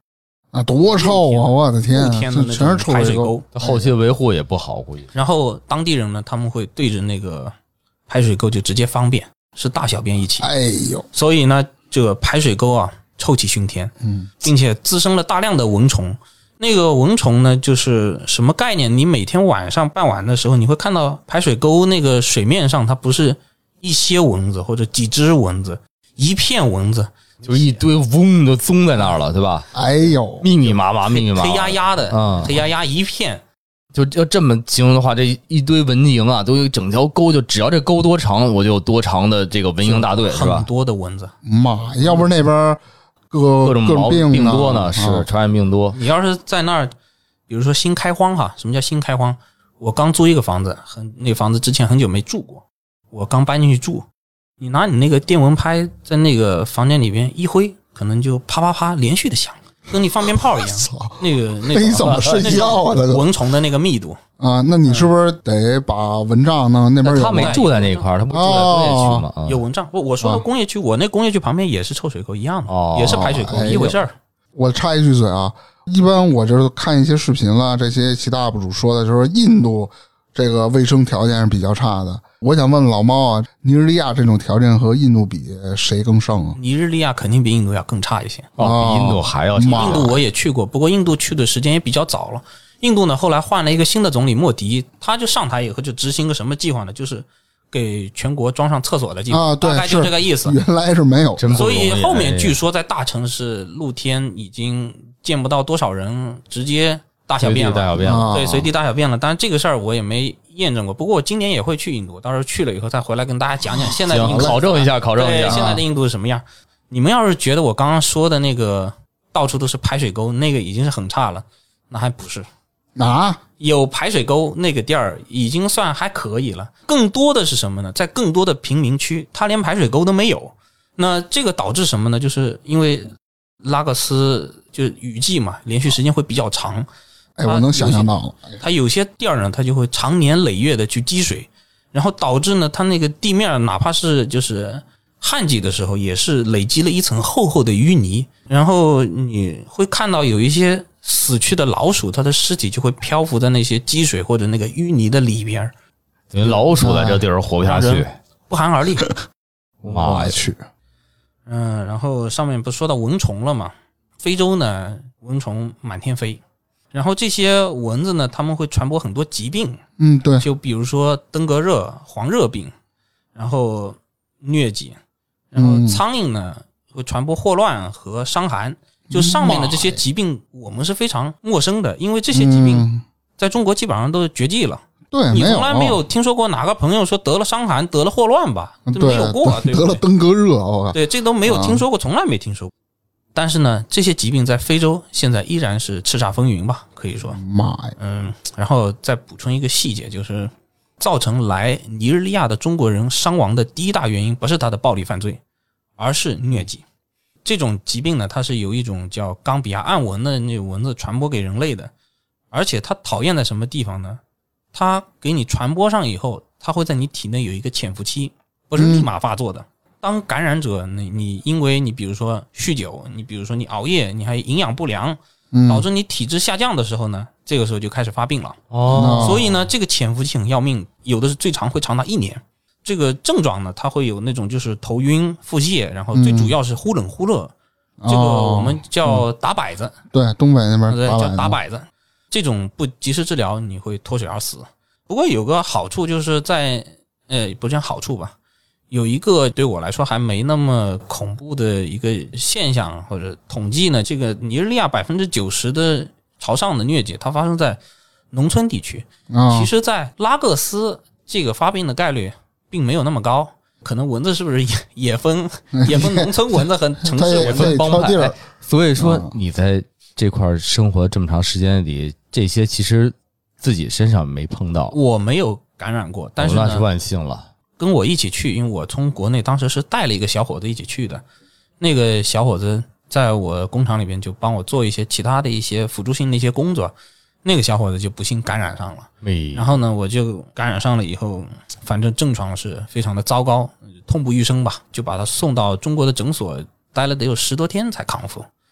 啊，多臭啊！我的天， 天的那种排水沟， 后期维护也不好，估计。 然后当地人呢，他们会对着那个排水沟就直接方便，是大小便一起。 哎呦， 所以呢，这个排水沟啊，臭气熏天，并且滋生了大量的蚊虫。那个蚊虫呢，就是什么概念？你每天晚上傍晚的时候，你会看到排水沟那个水面上，它不是一些蚊子或者几只蚊子，一片蚊子。 就是一堆嗡就棕在那儿了，对吧？ 哎呦， 密密麻麻， 黑压压的，黑压压一片。 就要这么形容的话，这一堆蚊蝇啊，都有整条沟，就只要这沟多长，我就有多长的这个蚊蝇大队，是吧？ 很多的蚊子， 妈，要不是那边各种毛病多呢，是传染病多。 你要是在那儿，比如说新开荒哈，什么叫新开荒？我刚租一个房子，那个房子之前很久没住过，我刚搬进去住。你拿你那个电蚊拍在那个房间里边一挥，可能就啪啪啪连续的响，跟你放鞭炮一样。那你怎么睡觉啊？ 蚊虫的那个密度啊，那你是不是得把蚊帐呢？那边有他没住在那一块，他不住在工业区吗？ 有蚊帐。我说的工业区，我那工业区旁边也是臭水沟一样的，也是排水沟，一回事儿。 我插一句嘴啊，一般我这看一些视频了，这些其他 UP 主说的就是印度这个卫生条件是比较差的。我想问老猫啊，尼日利亚这种条件和印度比，谁更胜啊？ 尼日利亚肯定比印度要更差一些， 比印度还要差。 印度我也去过，不过印度去的时间也比较早了。印度呢，后来换了一个新的总理莫迪，他就上台以后就执行个什么计划呢？就是给全国装上厕所的计划啊， 对， 大概就这个意思。 原来是没有， 所以后面据说在大城市露天已经见不到多少人直接大小便了，对，随地大小便了。当然这个事儿我也没验证过，不过我今年也会去印度，到时候去了以后再回来跟大家讲讲现在的印度， 考证一下， 对，现在的印度是什么样。你们要是觉得我刚刚说的那个到处都是排水沟，那个已经是很差了，那还不是啊？ 有排水沟那个地儿已经算还可以了，更多的是什么呢？在更多的贫民区，它连排水沟都没有。那这个导致什么呢？就是因为拉各斯就雨季嘛，连续时间会比较长。 哎，我能想象到了。 它有些地儿呢，它就会长年累月的去积水，然后导致呢，它那个地面哪怕是就是旱季的时候，也是累積了一层厚厚的淤泥。然后你会看到有一些死去的老鼠，它的尸体就会漂浮在那些积水或者那个淤泥的里边。 老鼠在这地儿活不下去， 不寒而栗。 妈去！ 然后上面不是说到蚊虫了嘛？非洲呢，蚊虫满天飞。然后这些蚊子呢，它们会传播很多疾病， 对， 就比如说登革热、黄热病，然后疟疾，然后苍蝇呢会传播霍乱和伤寒。就上面的这些疾病，我们是非常陌生的，因为这些疾病在中国基本上都绝迹了。 对， 你从来没有听说过哪个朋友说得了伤寒、得了霍乱吧？这没有过，对不对？ 得了登革热， 对，这都没有听说过，从来没听说过。但是呢，这些疾病在非洲现在依然是叱咤风云吧，可以说。 妈呀！ 然后再补充一个细节，就是造成来尼日利亚的中国人伤亡的第一大原因不是他的暴力犯罪，而是疟疾。这种疾病呢，它是由一种叫冈比亚暗蚊的那种蚊子传播给人类的，而且它讨厌在什么地方呢？它给你传播上以后，它会在你体内有一个潜伏期，不是立马发作的。当感染者，你因为你比如说酗酒，你比如说你熬夜，你还营养不良，导致你体质下降的时候呢，这个时候就开始发病了。所以呢，这个潜伏期很要命，有的是最长会长达1年。这个症状呢，它会有那种就是头晕、腹泻，然后最主要是忽冷忽热，这个我们叫打摆子。 对，东北那边叫打摆子。这种不及时治疗，你会脱水而死。不过有个好处就是在不是好处吧。有一个对我来说还没那么恐怖的一个现象或者统计呢，这个尼日利亚90%的朝上的疟疾，它发生在农村地区。其实在拉各斯这个发病的概率并没有那么高，可能蚊子是不是也分农村蚊子和城市蚊子帮派。 所以说你在这块生活这么长时间里，这些其实自己身上没碰到。 我没有感染过，但是呢， 那是万幸了。 跟我一起去，因为我从国内当时是带了一个小伙子一起去的，那个小伙子在我工厂里边就帮我做一些其他的一些辅助性的一些工作，那个小伙子就不幸感染上了。然后呢，我就感染上了以后，反正症状是非常的糟糕，痛不欲生吧，就把他送到中国的诊所，待了得有10多天才康复。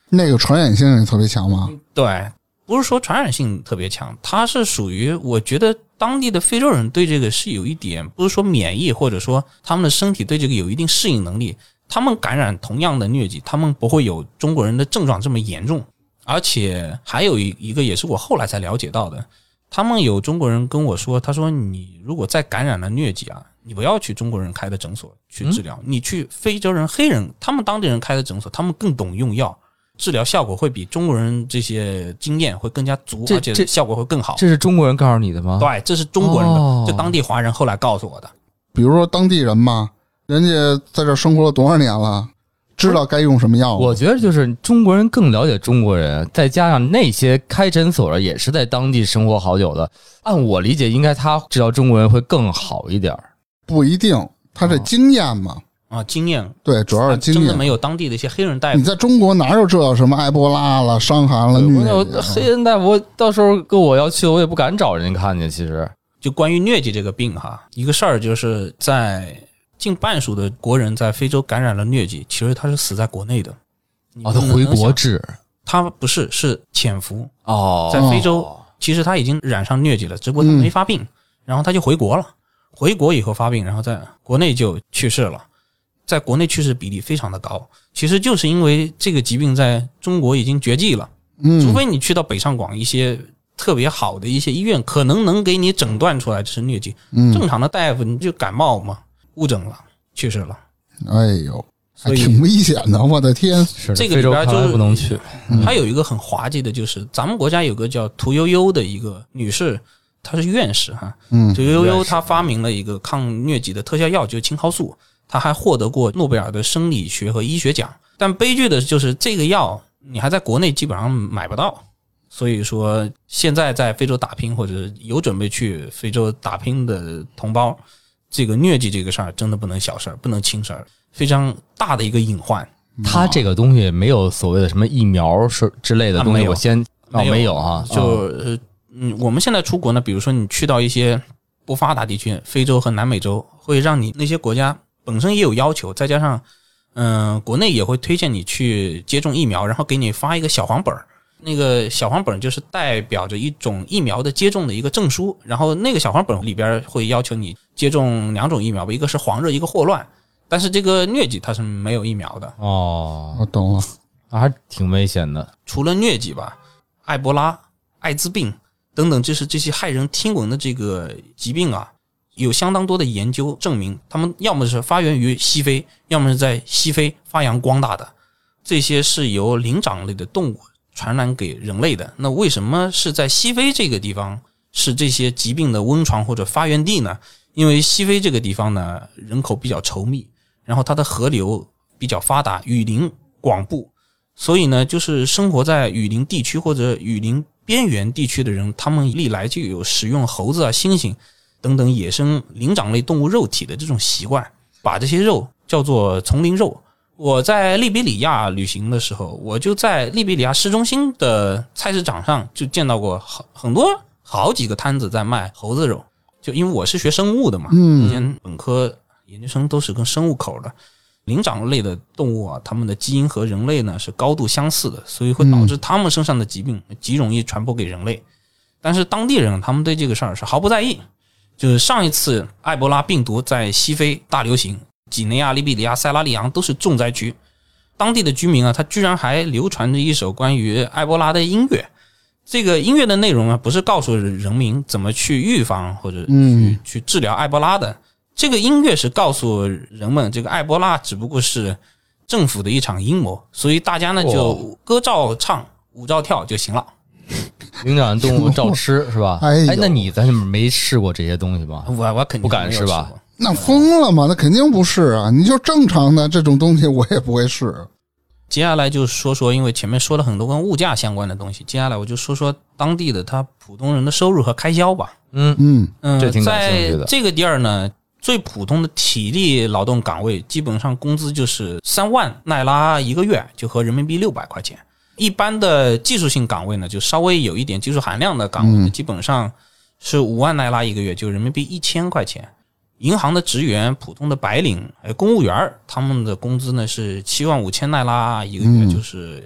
那个传染性也特别强吗？ 对，不是说传染性特别强，它是属于我觉得当地的非洲人对这个是有一点，不是说免疫，或者说他们的身体对这个有一定适应能力，他们感染同样的疟疾，他们不会有中国人的症状这么严重。而且还有一个也是我后来才了解到的，他们有中国人跟我说，他说你如果再感染了疟疾啊，你不要去中国人开的诊所去治疗，你去非洲人、黑人他们当地人开的诊所，他们更懂用药，治疗效果会比中国人这些经验会更加足，而且效果会更好。 这是中国人告诉你的吗？ 对，这是中国人的，就当地华人后来告诉我的。 比如说当地人嘛，人家在这生活了多少年了，知道该用什么药。 我觉得就是中国人更了解中国人，再加上那些开诊所的也是在当地生活好久的，按我理解应该他治疗中国人会更好一点。 不一定，他这经验嘛。 经验， 对，主要是经验。 真的没有当地的一些黑人大夫。 你在中国哪有这什么埃博拉了、伤寒了、疟疾？ 黑人大夫到时候跟我要去，我也不敢找人家看去。其实， 就关于疟疾这个病哈，一个事儿就是在近半数的国人在非洲感染了疟疾，其实他是死在国内的。 他回国治？ 他不是，是潜伏。在非洲，其实他已经染上疟疾了，只不过他没发病，然后他就回国了。回国以后发病，然后在国内就去世了。在国内去世比例非常的高，其实就是因为这个疾病在中国已经绝迹了。除非你去到北上广一些特别好的一些医院，可能能给你诊断出来这是疟疾。正常的大夫你就感冒嘛，误诊了，去世了。 哎呦，还挺危险的，我的天！ 这个里边就是不能去。 还有一个很滑稽的，就是咱们国家有个叫屠呦呦的一个女士，她是院士哈。屠呦呦她发明了一个抗疟疾的特效药，就是青蒿素。他还获得过诺贝尔的生理学和医学奖，但悲剧的就是这个药你还在国内基本上买不到，所以说现在在非洲打拼或者有准备去非洲打拼的同胞，这个疟疾这个事儿真的不能小事儿，不能轻事儿，非常大的一个隐患。 它这个东西没有所谓的什么疫苗之类的东西，我先没有啊， 我们现在出国呢，比如说你去到一些不发达地区，非洲和南美洲，会让你那些国家本身也有要求，再加上国内也会推荐你去接种疫苗，然后给你发一个小黄本，那个小黄本就是代表着一种疫苗的接种的一个证书，然后那个小黄本里边会要求你接种2种疫苗，一个是黄热，一个霍乱，但是这个疟疾它是没有疫苗的。 我懂了， 还挺危险的。 除了疟疾吧，埃博拉、艾滋病等等，就是这些骇人听闻的这个疾病啊，有相当多的研究证明，他们要么是发源于西非，要么是在西非发扬光大的。这些是由灵长类的动物传染给人类的。那为什么是在西非这个地方是这些疾病的温床或者发源地呢？因为西非这个地方呢，人口比较稠密，然后它的河流比较发达，雨林广布，所以呢，就是生活在雨林地区或者雨林边缘地区的人，他们历来就有食用猴子啊、猩猩等等野生灵长类动物肉体的这种习惯，把这些肉叫做丛林肉。我在利比里亚旅行的时候，我就在利比里亚市中心的菜市场上就见到过很多好几个摊子在卖猴子肉。就因为我是学生物的嘛，以前本科研究生都是跟生物口的，灵长类的动物啊，它们的基因和人类呢是高度相似的，所以会导致它们身上的疾病极容易传播给人类。但是当地人他们对这个事儿是毫不在意。就是上一次埃博拉病毒在西非大流行，几内亚、利比里亚、塞拉利昂都是重灾区，当地的居民啊，他居然还流传着一首关于埃博拉的音乐。这个音乐的内容啊，不是告诉人民怎么去预防或者去治疗埃博拉的，这个音乐是告诉人们，这个埃博拉只不过是政府的一场阴谋，所以大家呢就歌照唱，舞照跳就行了。 灵长动物照吃是吧？那你咱没试过这些东西吗？ 我肯定不敢是吧？ 那疯了吗？那肯定不是啊！你就正常的这种东西，我也不会试。 接下来就说说，因为前面说了很多跟物价相关的东西，接下来我就说说当地的他普通人的收入和开销吧。 这挺感兴趣的。 在这个地儿呢，最普通的体力劳动岗位，基本上工资就是3万奈拉一个月，就合人民币600块钱。一般的技术性岗位呢，就稍微有一点技术含量的岗位呢，基本上是5万奈拉一个月，就人民币1000块钱。银行的职员、普通的白领、公务员，他们的工资呢是7万5千奈拉一个月，就是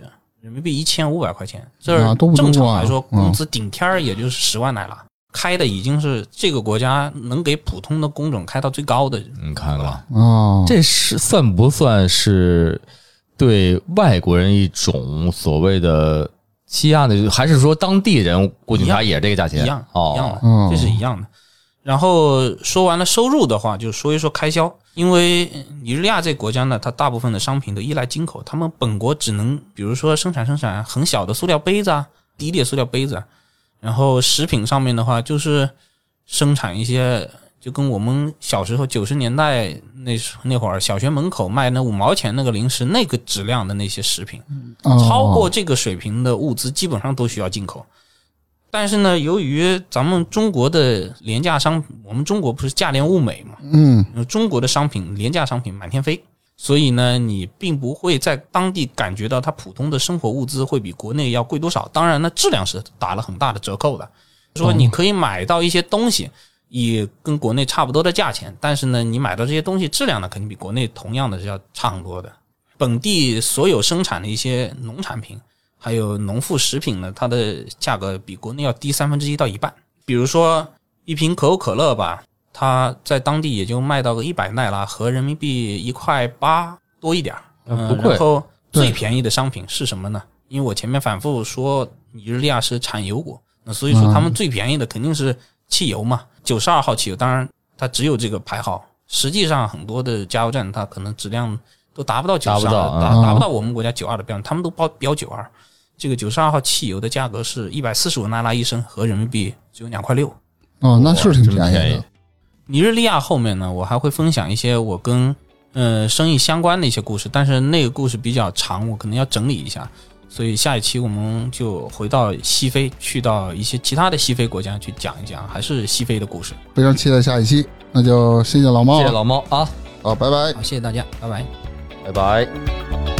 人民币1500块钱，这正常来说工资顶天也就是10万来了。开的已经是这个国家能给普通的工种开到最高的。 你看看这是算不算是对外国人一种所谓的欺压的？还是说当地人过警察也是这个价钱？ 一样的，这是一样的。然后说完了收入的话，就说一说开销。因为尼日利亚这国家呢，它大部分的商品都依赖进口，他们本国只能比如说生产很小的塑料杯子啊，低劣塑料杯子啊。然后食品上面的话，就是生产一些就跟我们小时候90年代那会儿小学门口卖那5毛钱那个零食那个质量的那些食品，超过这个水平的物资基本上都需要进口。但是呢，由于咱们中国的廉价商品，我们中国不是价廉物美嘛，中国的商品廉价商品满天飞，所以呢，你并不会在当地感觉到它普通的生活物资会比国内要贵多少。当然呢，质量是打了很大的折扣的。说你可以买到一些东西以跟国内差不多的价钱，但是呢，你买到这些东西质量呢，肯定比国内同样的是要差很多的。本地所有生产的一些农产品还有农副食品呢，它的价格比国内要低1/3到1半。比如说一瓶可口可乐吧，它在当地也就卖到个100奈拉，合人民币1.8块多一点。 不贵。 然后最便宜的商品是什么呢？因为我前面反复说尼日利亚是产油国，那所以说他们最便宜的肯定是汽油嘛，92号汽油。当然它只有这个牌号，实际上很多的加油站它可能质量都达不到92，达不到我们国家92的标准，他们都标92。这个92号汽油的价格是145奈拉一升，合人民币只有2.6块。 那是挺便宜的。 尼日利亚后面呢，我还会分享一些我跟生意相关的一些故事，但是那个故事比较长，我可能要整理一下，所以下一期我们就回到西非，去到一些其他的西非国家去讲一讲，还是西非的故事。 非常期待下一期，那就谢谢老猫， 谢谢老猫啊， 好，拜拜， 好，谢谢大家，拜拜， 拜拜。